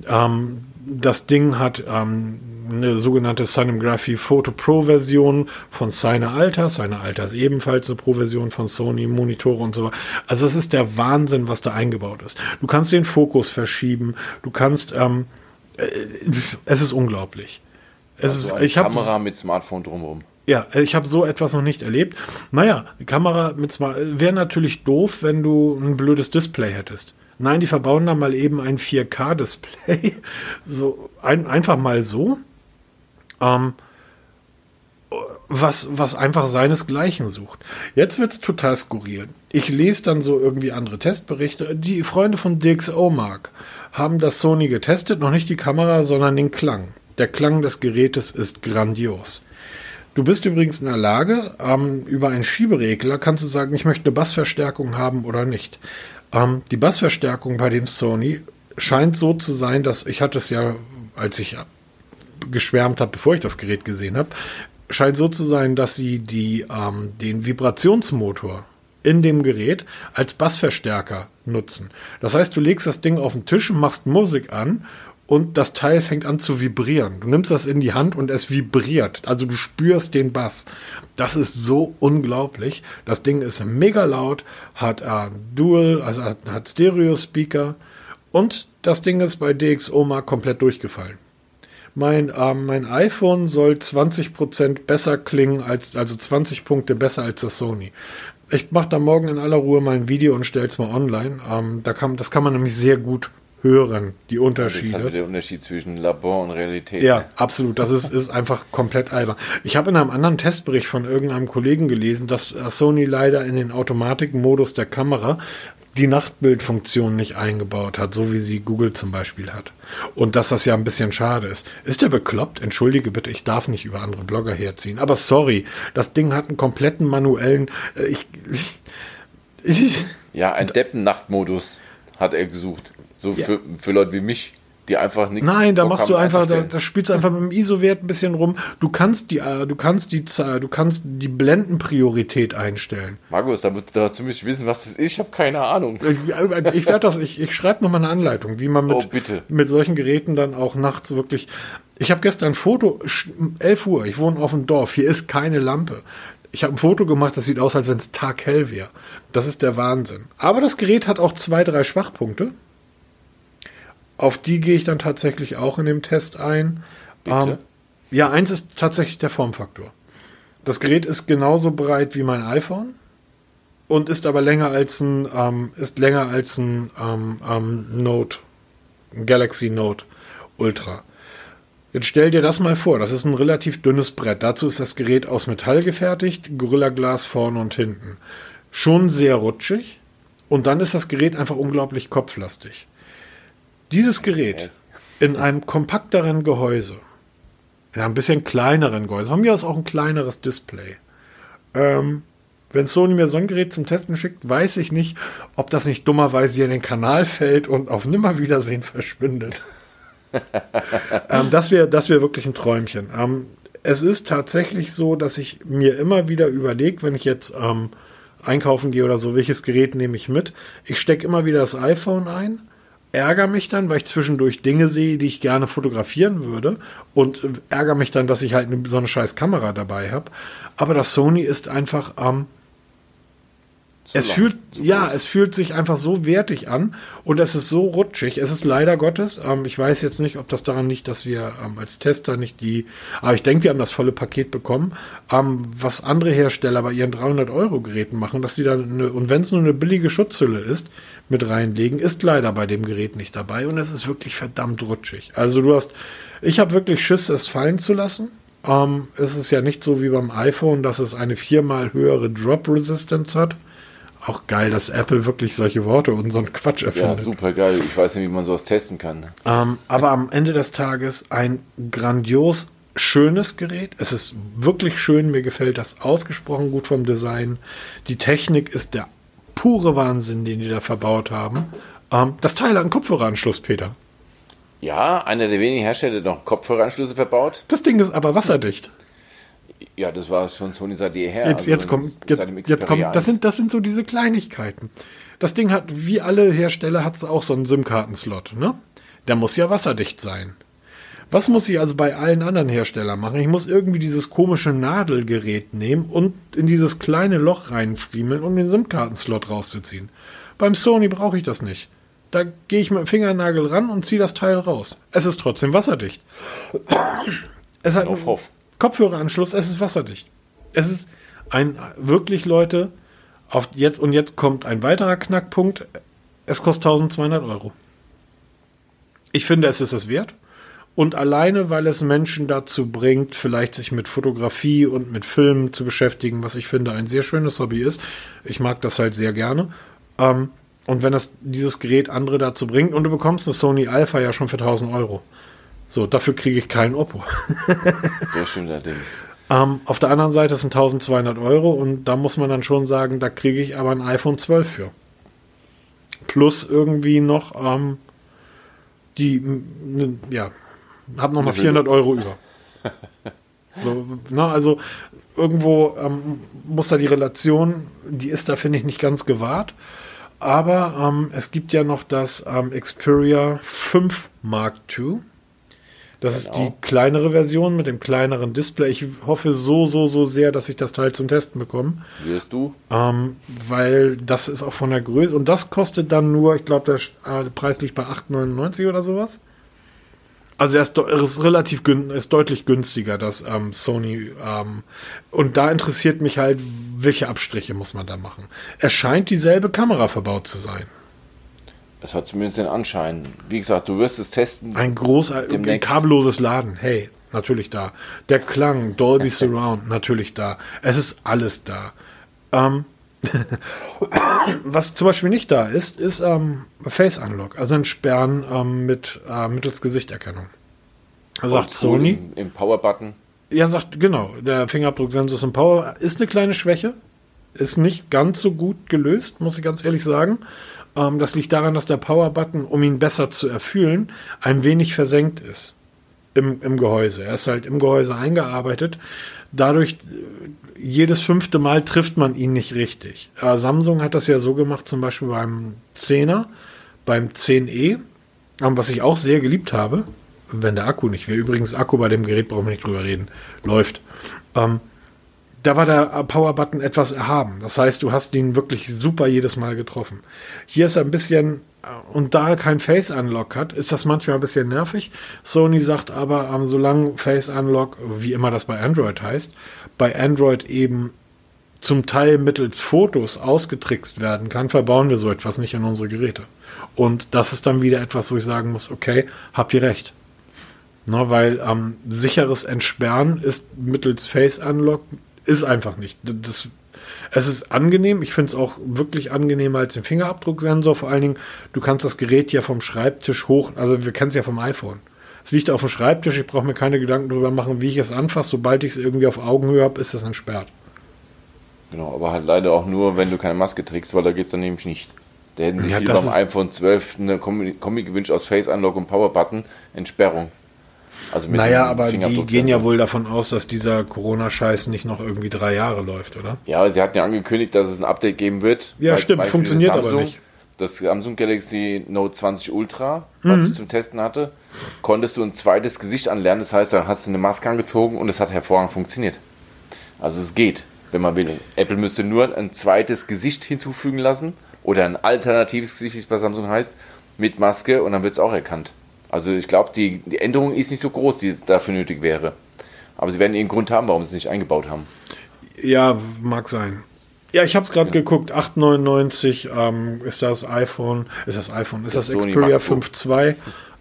S1: Das Ding hat eine sogenannte Cinematography Photo Pro Version von Cine Alta. Cine Alta ist ebenfalls eine Pro Version von Sony, Monitore und so weiter. Also es ist der Wahnsinn, was da eingebaut ist. Du kannst den Fokus verschieben. Du kannst, es ist unglaublich.
S2: Kamera mit Smartphone drumherum.
S1: Ja, ich habe so etwas noch nicht erlebt. Naja, die Kamera mit wäre natürlich doof, wenn du ein blödes Display hättest. Nein, die verbauen da mal eben ein 4K-Display. So, einfach mal so. was einfach seinesgleichen sucht. Jetzt wird's total skurril. Ich lese dann so irgendwie andere Testberichte. Die Freunde von DxOMark haben das Sony getestet, noch nicht die Kamera, sondern den Klang. Der Klang des Gerätes ist grandios. Du bist übrigens in der Lage, über einen Schieberegler kannst du sagen, ich möchte eine Bassverstärkung haben oder nicht. Die Bassverstärkung bei dem Sony scheint so zu sein, dass ich hatte es ja, als ich geschwärmt habe, bevor ich das Gerät gesehen habe, scheint so zu sein, dass sie den Vibrationsmotor in dem Gerät als Bassverstärker nutzen. Das heißt, du legst das Ding auf den Tisch, machst Musik an und das Teil fängt an zu vibrieren. Du nimmst das in die Hand und es vibriert. Also du spürst den Bass. Das ist so unglaublich. Das Ding ist mega laut, hat Dual, also hat Stereo-Speaker und das Ding ist bei DxOMark komplett durchgefallen. Mein iPhone soll 20% besser klingen, also 20 Punkte besser als das Sony. Ich mache da morgen in aller Ruhe mal ein Video und stelle es mal online. Das kann man nämlich sehr gut hören, die Unterschiede.
S2: Das ist halt der Unterschied zwischen Labor und Realität.
S1: Ja, absolut. Das ist einfach komplett albern. Ich habe in einem anderen Testbericht von irgendeinem Kollegen gelesen, dass Sony leider in den Automatikmodus der Kamera die Nachtbildfunktion nicht eingebaut hat, so wie sie Google zum Beispiel hat. Und dass das ja ein bisschen schade ist. Ist der bekloppt? Entschuldige bitte, ich darf nicht über andere Blogger herziehen. Aber sorry, das Ding hat einen kompletten manuellen...
S2: Ja, einen Deppen-Nachtmodus hat er gesucht. So ja. Für Leute wie mich, die einfach nichts.
S1: Nein, da machst du einfach, da spielst du einfach mit dem ISO-Wert ein bisschen rum. Du kannst die Blendenpriorität einstellen.
S2: Markus, da musst du dazu wissen, was das ist. Ich habe keine Ahnung.
S1: Ich schreibe nochmal eine Anleitung, wie man mit solchen Geräten dann auch nachts wirklich. Ich habe gestern ein Foto, 11 Uhr, ich wohne auf dem Dorf, hier ist keine Lampe. Ich habe ein Foto gemacht, das sieht aus, als wenn es taghell wäre. Das ist der Wahnsinn. Aber das Gerät hat auch 2, 3 Schwachpunkte. Auf die gehe ich dann tatsächlich auch in dem Test ein.
S2: Bitte?
S1: Ja, eins ist tatsächlich der Formfaktor. Das Gerät ist genauso breit wie mein iPhone und ist aber länger als ein Note, ein Galaxy Note Ultra. Jetzt stell dir das mal vor, das ist ein relativ dünnes Brett. Dazu ist das Gerät aus Metall gefertigt, Gorilla Glas vorne und hinten. Schon sehr rutschig und dann ist das Gerät einfach unglaublich kopflastig. Dieses Gerät in einem kompakteren Gehäuse, in einem bisschen kleineren Gehäuse, von mir aus auch ein kleineres Display. Wenn Sony mir so ein Gerät zum Testen schickt, weiß ich nicht, ob das nicht dummerweise hier in den Kanal fällt und auf Nimmerwiedersehen verschwindet. Das wäre wirklich ein Träumchen. Es ist tatsächlich so, dass ich mir immer wieder überlege, wenn ich jetzt einkaufen gehe oder so, welches Gerät nehme ich mit. Ich stecke immer wieder das iPhone ein, ärgere mich dann, weil ich zwischendurch Dinge sehe, die ich gerne fotografieren würde und ärgere mich dann, dass ich halt so eine scheiß Kamera dabei habe. Aber das Sony ist einfach es fühlt sich einfach so wertig an und es ist so rutschig. Es ist leider Gottes, ich weiß jetzt nicht, ob das daran liegt, dass wir als Tester nicht aber ich denke, wir haben das volle Paket bekommen, was andere Hersteller bei ihren 300-Euro-Geräten machen, dass sie dann, und wenn es nur eine billige Schutzhülle ist, mit reinlegen, ist leider bei dem Gerät nicht dabei und es ist wirklich verdammt rutschig. Also ich habe wirklich Schiss, es fallen zu lassen. Es ist ja nicht so wie beim iPhone, dass es eine 4-mal höhere Drop-Resistance hat. Auch geil, dass Apple wirklich solche Worte und so einen Quatsch erfindet.
S2: Ja, super geil. Ich weiß nicht, wie man sowas testen kann.
S1: Aber am Ende des Tages ein grandios schönes Gerät. Es ist wirklich schön. Mir gefällt das ausgesprochen gut vom Design. Die Technik ist der pure Wahnsinn, den die da verbaut haben. Das Teil hat einen Kopfhöreranschluss, Peter.
S2: Ja, einer der wenigen Hersteller, der noch Kopfhöreranschlüsse verbaut.
S1: Das Ding ist aber wasserdicht.
S2: Ja, das war schon Sony seit jeher.
S1: Jetzt kommt, das sind so diese Kleinigkeiten. Das Ding hat, wie alle Hersteller, hat es auch so einen SIM-Karten-Slot, ne? Der muss ja wasserdicht sein. Was muss ich also bei allen anderen Herstellern machen? Ich muss irgendwie dieses komische Nadelgerät nehmen und in dieses kleine Loch reinfriemeln, um den SIM-Karten-Slot rauszuziehen. Beim Sony brauche ich das nicht. Da gehe ich mit dem Fingernagel ran und ziehe das Teil raus. Es ist trotzdem wasserdicht. Es hat Kopfhöreranschluss, es ist wasserdicht. Es ist wirklich, Leute, jetzt kommt ein weiterer Knackpunkt. Es kostet 1.200 Euro. Ich finde, es ist es wert. Und alleine, weil es Menschen dazu bringt, vielleicht sich mit Fotografie und mit Filmen zu beschäftigen, was ich finde ein sehr schönes Hobby ist. Ich mag das halt sehr gerne. Und wenn dieses Gerät andere dazu bringt, und du bekommst eine Sony Alpha ja schon für 1.000 Euro. So, dafür kriege ich kein Oppo.
S2: Das stimmt allerdings.
S1: Auf der anderen Seite sind 1.200 Euro und da muss man dann schon sagen, da kriege ich aber ein iPhone 12 für. Plus irgendwie noch hab noch mal 400 Euro über. So, also irgendwo muss da die Relation, die ist da, finde ich, nicht ganz gewahrt. Aber es gibt ja noch das Xperia 5 Mark II. Das ist die kleinere Version mit dem kleineren Display. Ich hoffe so sehr, dass ich das Teil zum Testen bekomme.
S2: Wirst du?
S1: Weil das ist auch von der Größe. Und das kostet dann nur, ich glaube, der Preis liegt bei 8,99 oder sowas. Also er ist ist deutlich günstiger, das Sony. Und da interessiert mich halt, welche Abstriche muss man da machen. Es scheint dieselbe Kamera verbaut zu sein.
S2: Es hat zumindest den Anschein. Wie gesagt, du wirst es testen.
S1: Ein kabelloses Laden, hey, natürlich da. Der Klang, Dolby Surround, natürlich da. Es ist alles da. Was zum Beispiel nicht da ist Face Unlock, also ein Sperren mittels Gesichterkennung. Sagt Sony.
S2: Im Power-Button.
S1: Ja, genau, der Fingerabdrucksensor ist im Power. Ist eine kleine Schwäche. Ist nicht ganz so gut gelöst, muss ich ganz ehrlich sagen. Das liegt daran, dass der Power-Button, um ihn besser zu erfüllen, ein wenig versenkt ist im Gehäuse. Er ist halt im Gehäuse eingearbeitet. Dadurch, jedes 5. Mal trifft man ihn nicht richtig. Samsung hat das ja so gemacht, zum Beispiel beim 10er, beim 10e, was ich auch sehr geliebt habe, wenn der Akku nicht wäre. Übrigens, Akku bei dem Gerät brauchen wir nicht drüber reden. Läuft. Da war der Power-Button etwas erhaben. Das heißt, du hast ihn wirklich super jedes Mal getroffen. Hier ist er ein bisschen, und da er kein Face-Unlock hat, ist das manchmal ein bisschen nervig. Sony sagt aber, solange Face-Unlock, wie immer das bei Android heißt, bei Android eben zum Teil mittels Fotos ausgetrickst werden kann, verbauen wir so etwas nicht in unsere Geräte. Und das ist dann wieder etwas, wo ich sagen muss, okay, habt ihr recht. Weil sicheres Entsperren ist mittels Face-Unlock ist einfach nicht. Es ist angenehm. Ich finde es auch wirklich angenehmer als den Fingerabdrucksensor. Vor allen Dingen, du kannst das Gerät ja vom Schreibtisch hoch, also wir kennen es ja vom iPhone. Es liegt auf dem Schreibtisch, ich brauche mir keine Gedanken darüber machen, wie ich es anfasse. Sobald ich es irgendwie auf Augenhöhe habe, ist es entsperrt.
S2: Genau, aber halt leider auch nur, wenn du keine Maske trägst, weil da geht es dann nämlich nicht. Da hätten sich lieber beim iPhone 12 eine Kombi gewünscht aus Face Unlock und Power Button, Entsperrung. Also
S1: aber die gehen ja wohl davon aus, dass dieser Corona-Scheiß nicht noch irgendwie 3 Jahre läuft, oder?
S2: Ja, aber sie hatten ja angekündigt, dass es ein Update geben wird.
S1: Ja, stimmt, funktioniert aber nicht.
S2: Das Samsung Galaxy Note 20 Ultra, was ich zum Testen hatte, konntest du ein zweites Gesicht anlernen. Das heißt, da hast du eine Maske angezogen und es hat hervorragend funktioniert. Also es geht, wenn man will. Apple müsste nur ein zweites Gesicht hinzufügen lassen oder ein alternatives Gesicht, wie es bei Samsung heißt, mit Maske und dann wird es auch erkannt. Also ich glaube, die Änderung ist nicht so groß, die dafür nötig wäre. Aber sie werden ihren Grund haben, warum sie es nicht eingebaut haben.
S1: Ja, mag sein. Ja, ich habe es gerade geguckt. 8,99 ist das Xperia 5 II.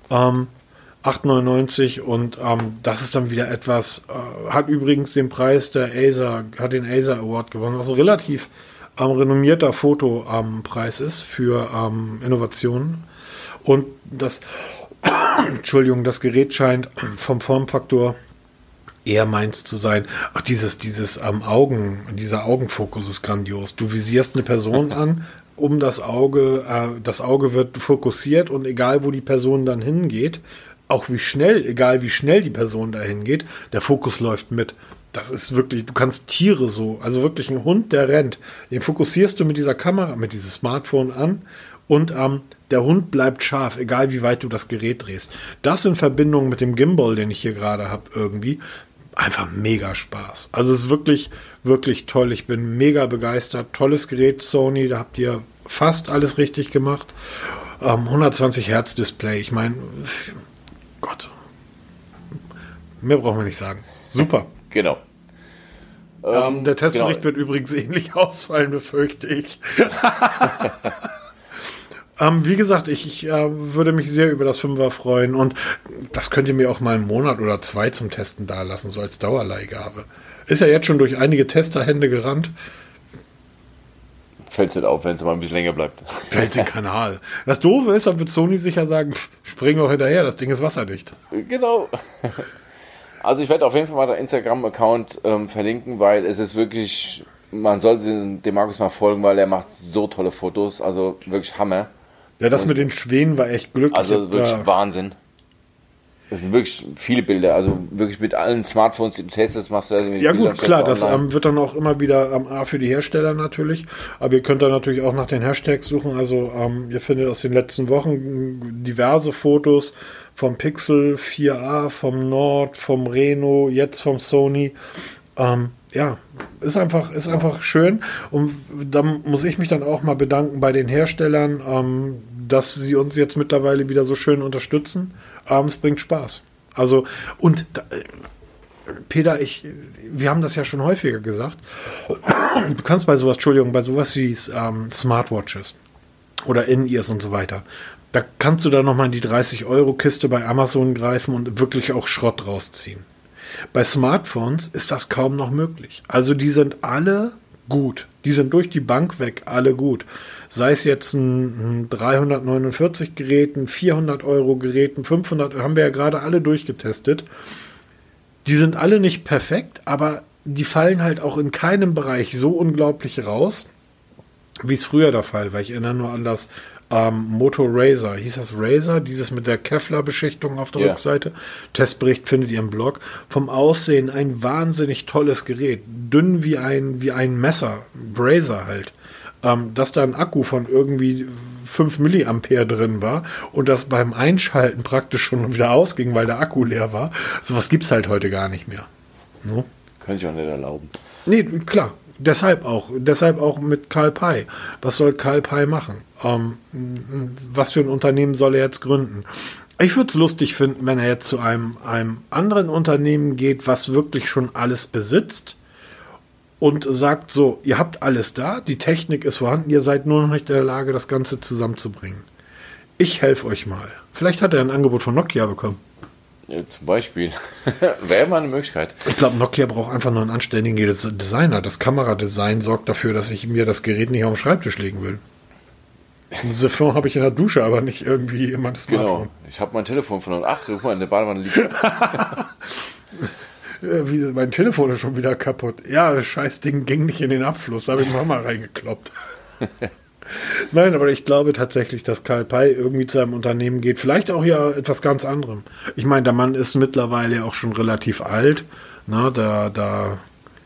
S1: 8,99 und das ist dann wieder etwas, hat übrigens den Preis den Acer Award gewonnen, was ein relativ renommierter Fotopreis ist für Innovationen. Und das das Gerät scheint vom Formfaktor eher meins zu sein. Ach, dieser Augenfokus ist grandios. Du visierst eine Person an, das Auge wird fokussiert und egal, wo die Person dann hingeht, egal wie schnell die Person da hingeht, der Fokus läuft mit. Das ist wirklich, du kannst Tiere also wirklich ein Hund, der rennt, den fokussierst du mit dieser Kamera, mit diesem Smartphone an und der Hund bleibt scharf, egal wie weit du das Gerät drehst. Das in Verbindung mit dem Gimbal, den ich hier gerade habe, irgendwie einfach mega Spaß. Also es ist wirklich, wirklich toll. Ich bin mega begeistert. Tolles Gerät, Sony, da habt ihr fast alles richtig gemacht. 120 Hertz Display, ich meine, Gott, mehr brauchen wir nicht sagen. Super.
S2: Genau.
S1: Der Testbericht wird übrigens ähnlich ausfallen, befürchte ich. Wie gesagt, ich würde mich sehr über das Fünfer freuen und das könnt ihr mir auch mal einen Monat oder 2 zum Testen dalassen, so als Dauerleihgabe. Ist ja jetzt schon durch einige Testerhände gerannt.
S2: Fällt es nicht auf, wenn es mal ein bisschen länger bleibt.
S1: Fällt den Kanal. Das Doofe ist, dann wird Sony sicher sagen, spring auch hinterher, das Ding ist wasserdicht.
S2: Genau. Also ich werde auf jeden Fall mal den Instagram-Account verlinken, weil es ist wirklich, man sollte dem Markus mal folgen, weil er macht so tolle Fotos, also wirklich Hammer.
S1: Ja, das mit den Schwänen war echt glücklich.
S2: Also wirklich Wahnsinn. Das sind wirklich viele Bilder, also wirklich mit allen Smartphones, die du testest, machst du mit
S1: ja
S2: Bildern,
S1: gut, klar, das
S2: online.
S1: wird dann auch immer wieder A für die Hersteller natürlich, aber ihr könnt da natürlich auch nach den Hashtags suchen, also ihr findet aus den letzten Wochen diverse Fotos vom Pixel 4a, vom Nord, vom Reno, jetzt vom Sony. Ja, ist einfach schön und da muss ich mich dann auch mal bedanken bei den Herstellern, dass sie uns jetzt mittlerweile wieder so schön unterstützen. Es bringt Spaß. Also, und Peter, wir haben das ja schon häufiger gesagt. Du kannst bei sowas wie Smartwatches oder In-Ears und so weiter, da kannst du dann nochmal in die 30-Euro-Kiste bei Amazon greifen und wirklich auch Schrott rausziehen. Bei Smartphones ist das kaum noch möglich. Also die sind alle gut. Die sind durch die Bank weg alle gut. Sei es jetzt ein 349 Gerät, ein 400 Euro Gerät, ein 500, haben wir ja gerade alle durchgetestet. Die sind alle nicht perfekt, aber die fallen halt auch in keinem Bereich so unglaublich raus, wie es früher der Fall war. Ich erinnere nur an das Moto Razr. Hieß das Razr? Dieses mit der Kevlar-Beschichtung auf der Rückseite. Testbericht findet ihr im Blog. Vom Aussehen ein wahnsinnig tolles Gerät. Dünn wie ein Messer. Razr halt. Dass da ein Akku von irgendwie 5 Milliampere drin war und das beim Einschalten praktisch schon wieder ausging, weil der Akku leer war. Sowas gibt es halt heute gar nicht mehr. No?
S2: Kann ich auch nicht erlauben.
S1: Nee, klar. Deshalb auch mit Carl Pei. Was soll Carl Pei machen? Was für ein Unternehmen soll er jetzt gründen? Ich würde es lustig finden, wenn er jetzt zu einem anderen Unternehmen geht, was wirklich schon alles besitzt und sagt so, ihr habt alles da, die Technik ist vorhanden, ihr seid nur noch nicht in der Lage, das Ganze zusammenzubringen. Ich helfe euch mal. Vielleicht hat er ein Angebot von Nokia bekommen.
S2: Ja, zum Beispiel. Wäre mal eine Möglichkeit.
S1: Ich glaube, Nokia braucht einfach nur einen anständigen Designer. Das Kameradesign sorgt dafür, dass ich mir das Gerät nicht auf den Schreibtisch legen will. Ein Siphon habe ich in der Dusche, aber nicht irgendwie in meinem Smartphone.
S2: Genau. Ich habe mein Telefon verloren. Ach, guck mal, in der Badewanne liegt.
S1: Mein Telefon ist schon wieder kaputt. Ja, das scheiß Ding ging nicht in den Abfluss. Da habe ich mal reingekloppt. Nein, aber ich glaube tatsächlich, dass Carl Pei irgendwie zu einem Unternehmen geht. Vielleicht auch ja etwas ganz anderem. Ich meine, der Mann ist mittlerweile auch schon relativ alt. Na, da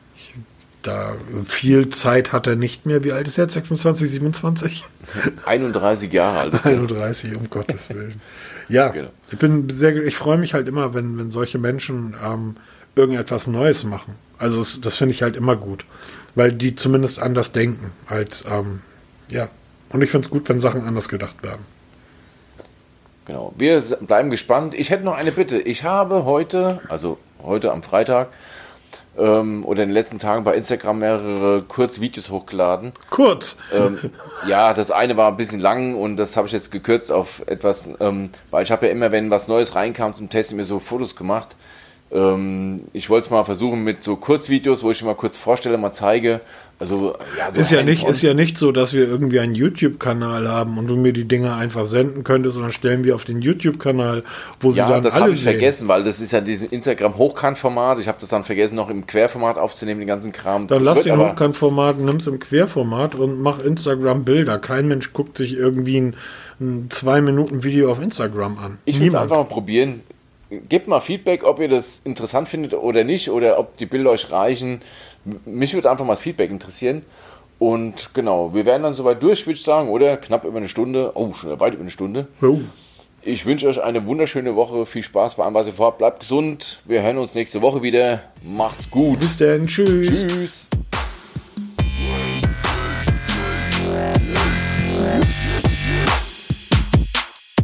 S1: viel Zeit hat er nicht mehr. Wie alt ist er jetzt? 26, 27?
S2: 31 Jahre alt.
S1: 31, um Gottes Willen. Ja, genau. Ich freue mich halt immer, wenn solche Menschen irgendetwas Neues machen. Also das finde ich halt immer gut. Weil die zumindest anders denken als ja, und ich finde es gut, wenn Sachen anders gedacht werden.
S2: Genau, wir bleiben gespannt. Ich hätte noch eine Bitte. Ich habe heute am Freitag oder in den letzten Tagen bei Instagram mehrere Kurzvideos hochgeladen.
S1: Kurz?
S2: Ja, das eine war ein bisschen lang und das habe ich jetzt gekürzt auf etwas, weil ich habe ja immer, wenn was Neues reinkam zum Testen, mir so Fotos gemacht. Ich wollte es mal versuchen mit so Kurzvideos, wo ich mal kurz vorstelle, mal zeige. Also, ja, so
S1: ist ja nicht so, dass wir irgendwie einen YouTube-Kanal haben und du mir die Dinge einfach senden könntest, sondern stellen wir auf den YouTube-Kanal, wo sie dann alle sehen. Ja, das habe ich
S2: vergessen, weil das ist ja dieses Instagram-Hochkant-Format. Ich habe das dann vergessen, noch im Querformat aufzunehmen, den ganzen Kram.
S1: Dann lass den Hochkant-Format, nimm's im Querformat und mach Instagram-Bilder. Kein Mensch guckt sich irgendwie ein 2-Minuten-Video auf Instagram an.
S2: Ich will es einfach mal probieren. Gebt mal Feedback, ob ihr das interessant findet oder nicht, oder ob die Bilder euch reichen. Mich würde einfach mal das Feedback interessieren. Und genau, wir werden dann soweit durch, würde ich sagen, oder? Knapp über eine Stunde. Oh, schon weit über eine Stunde. Oh. Ich wünsche euch eine wunderschöne Woche. Viel Spaß bei allem, was ihr vorhabt. Bleibt gesund. Wir hören uns nächste Woche wieder. Macht's gut.
S1: Bis dann. Tschüss.
S2: Tschüss.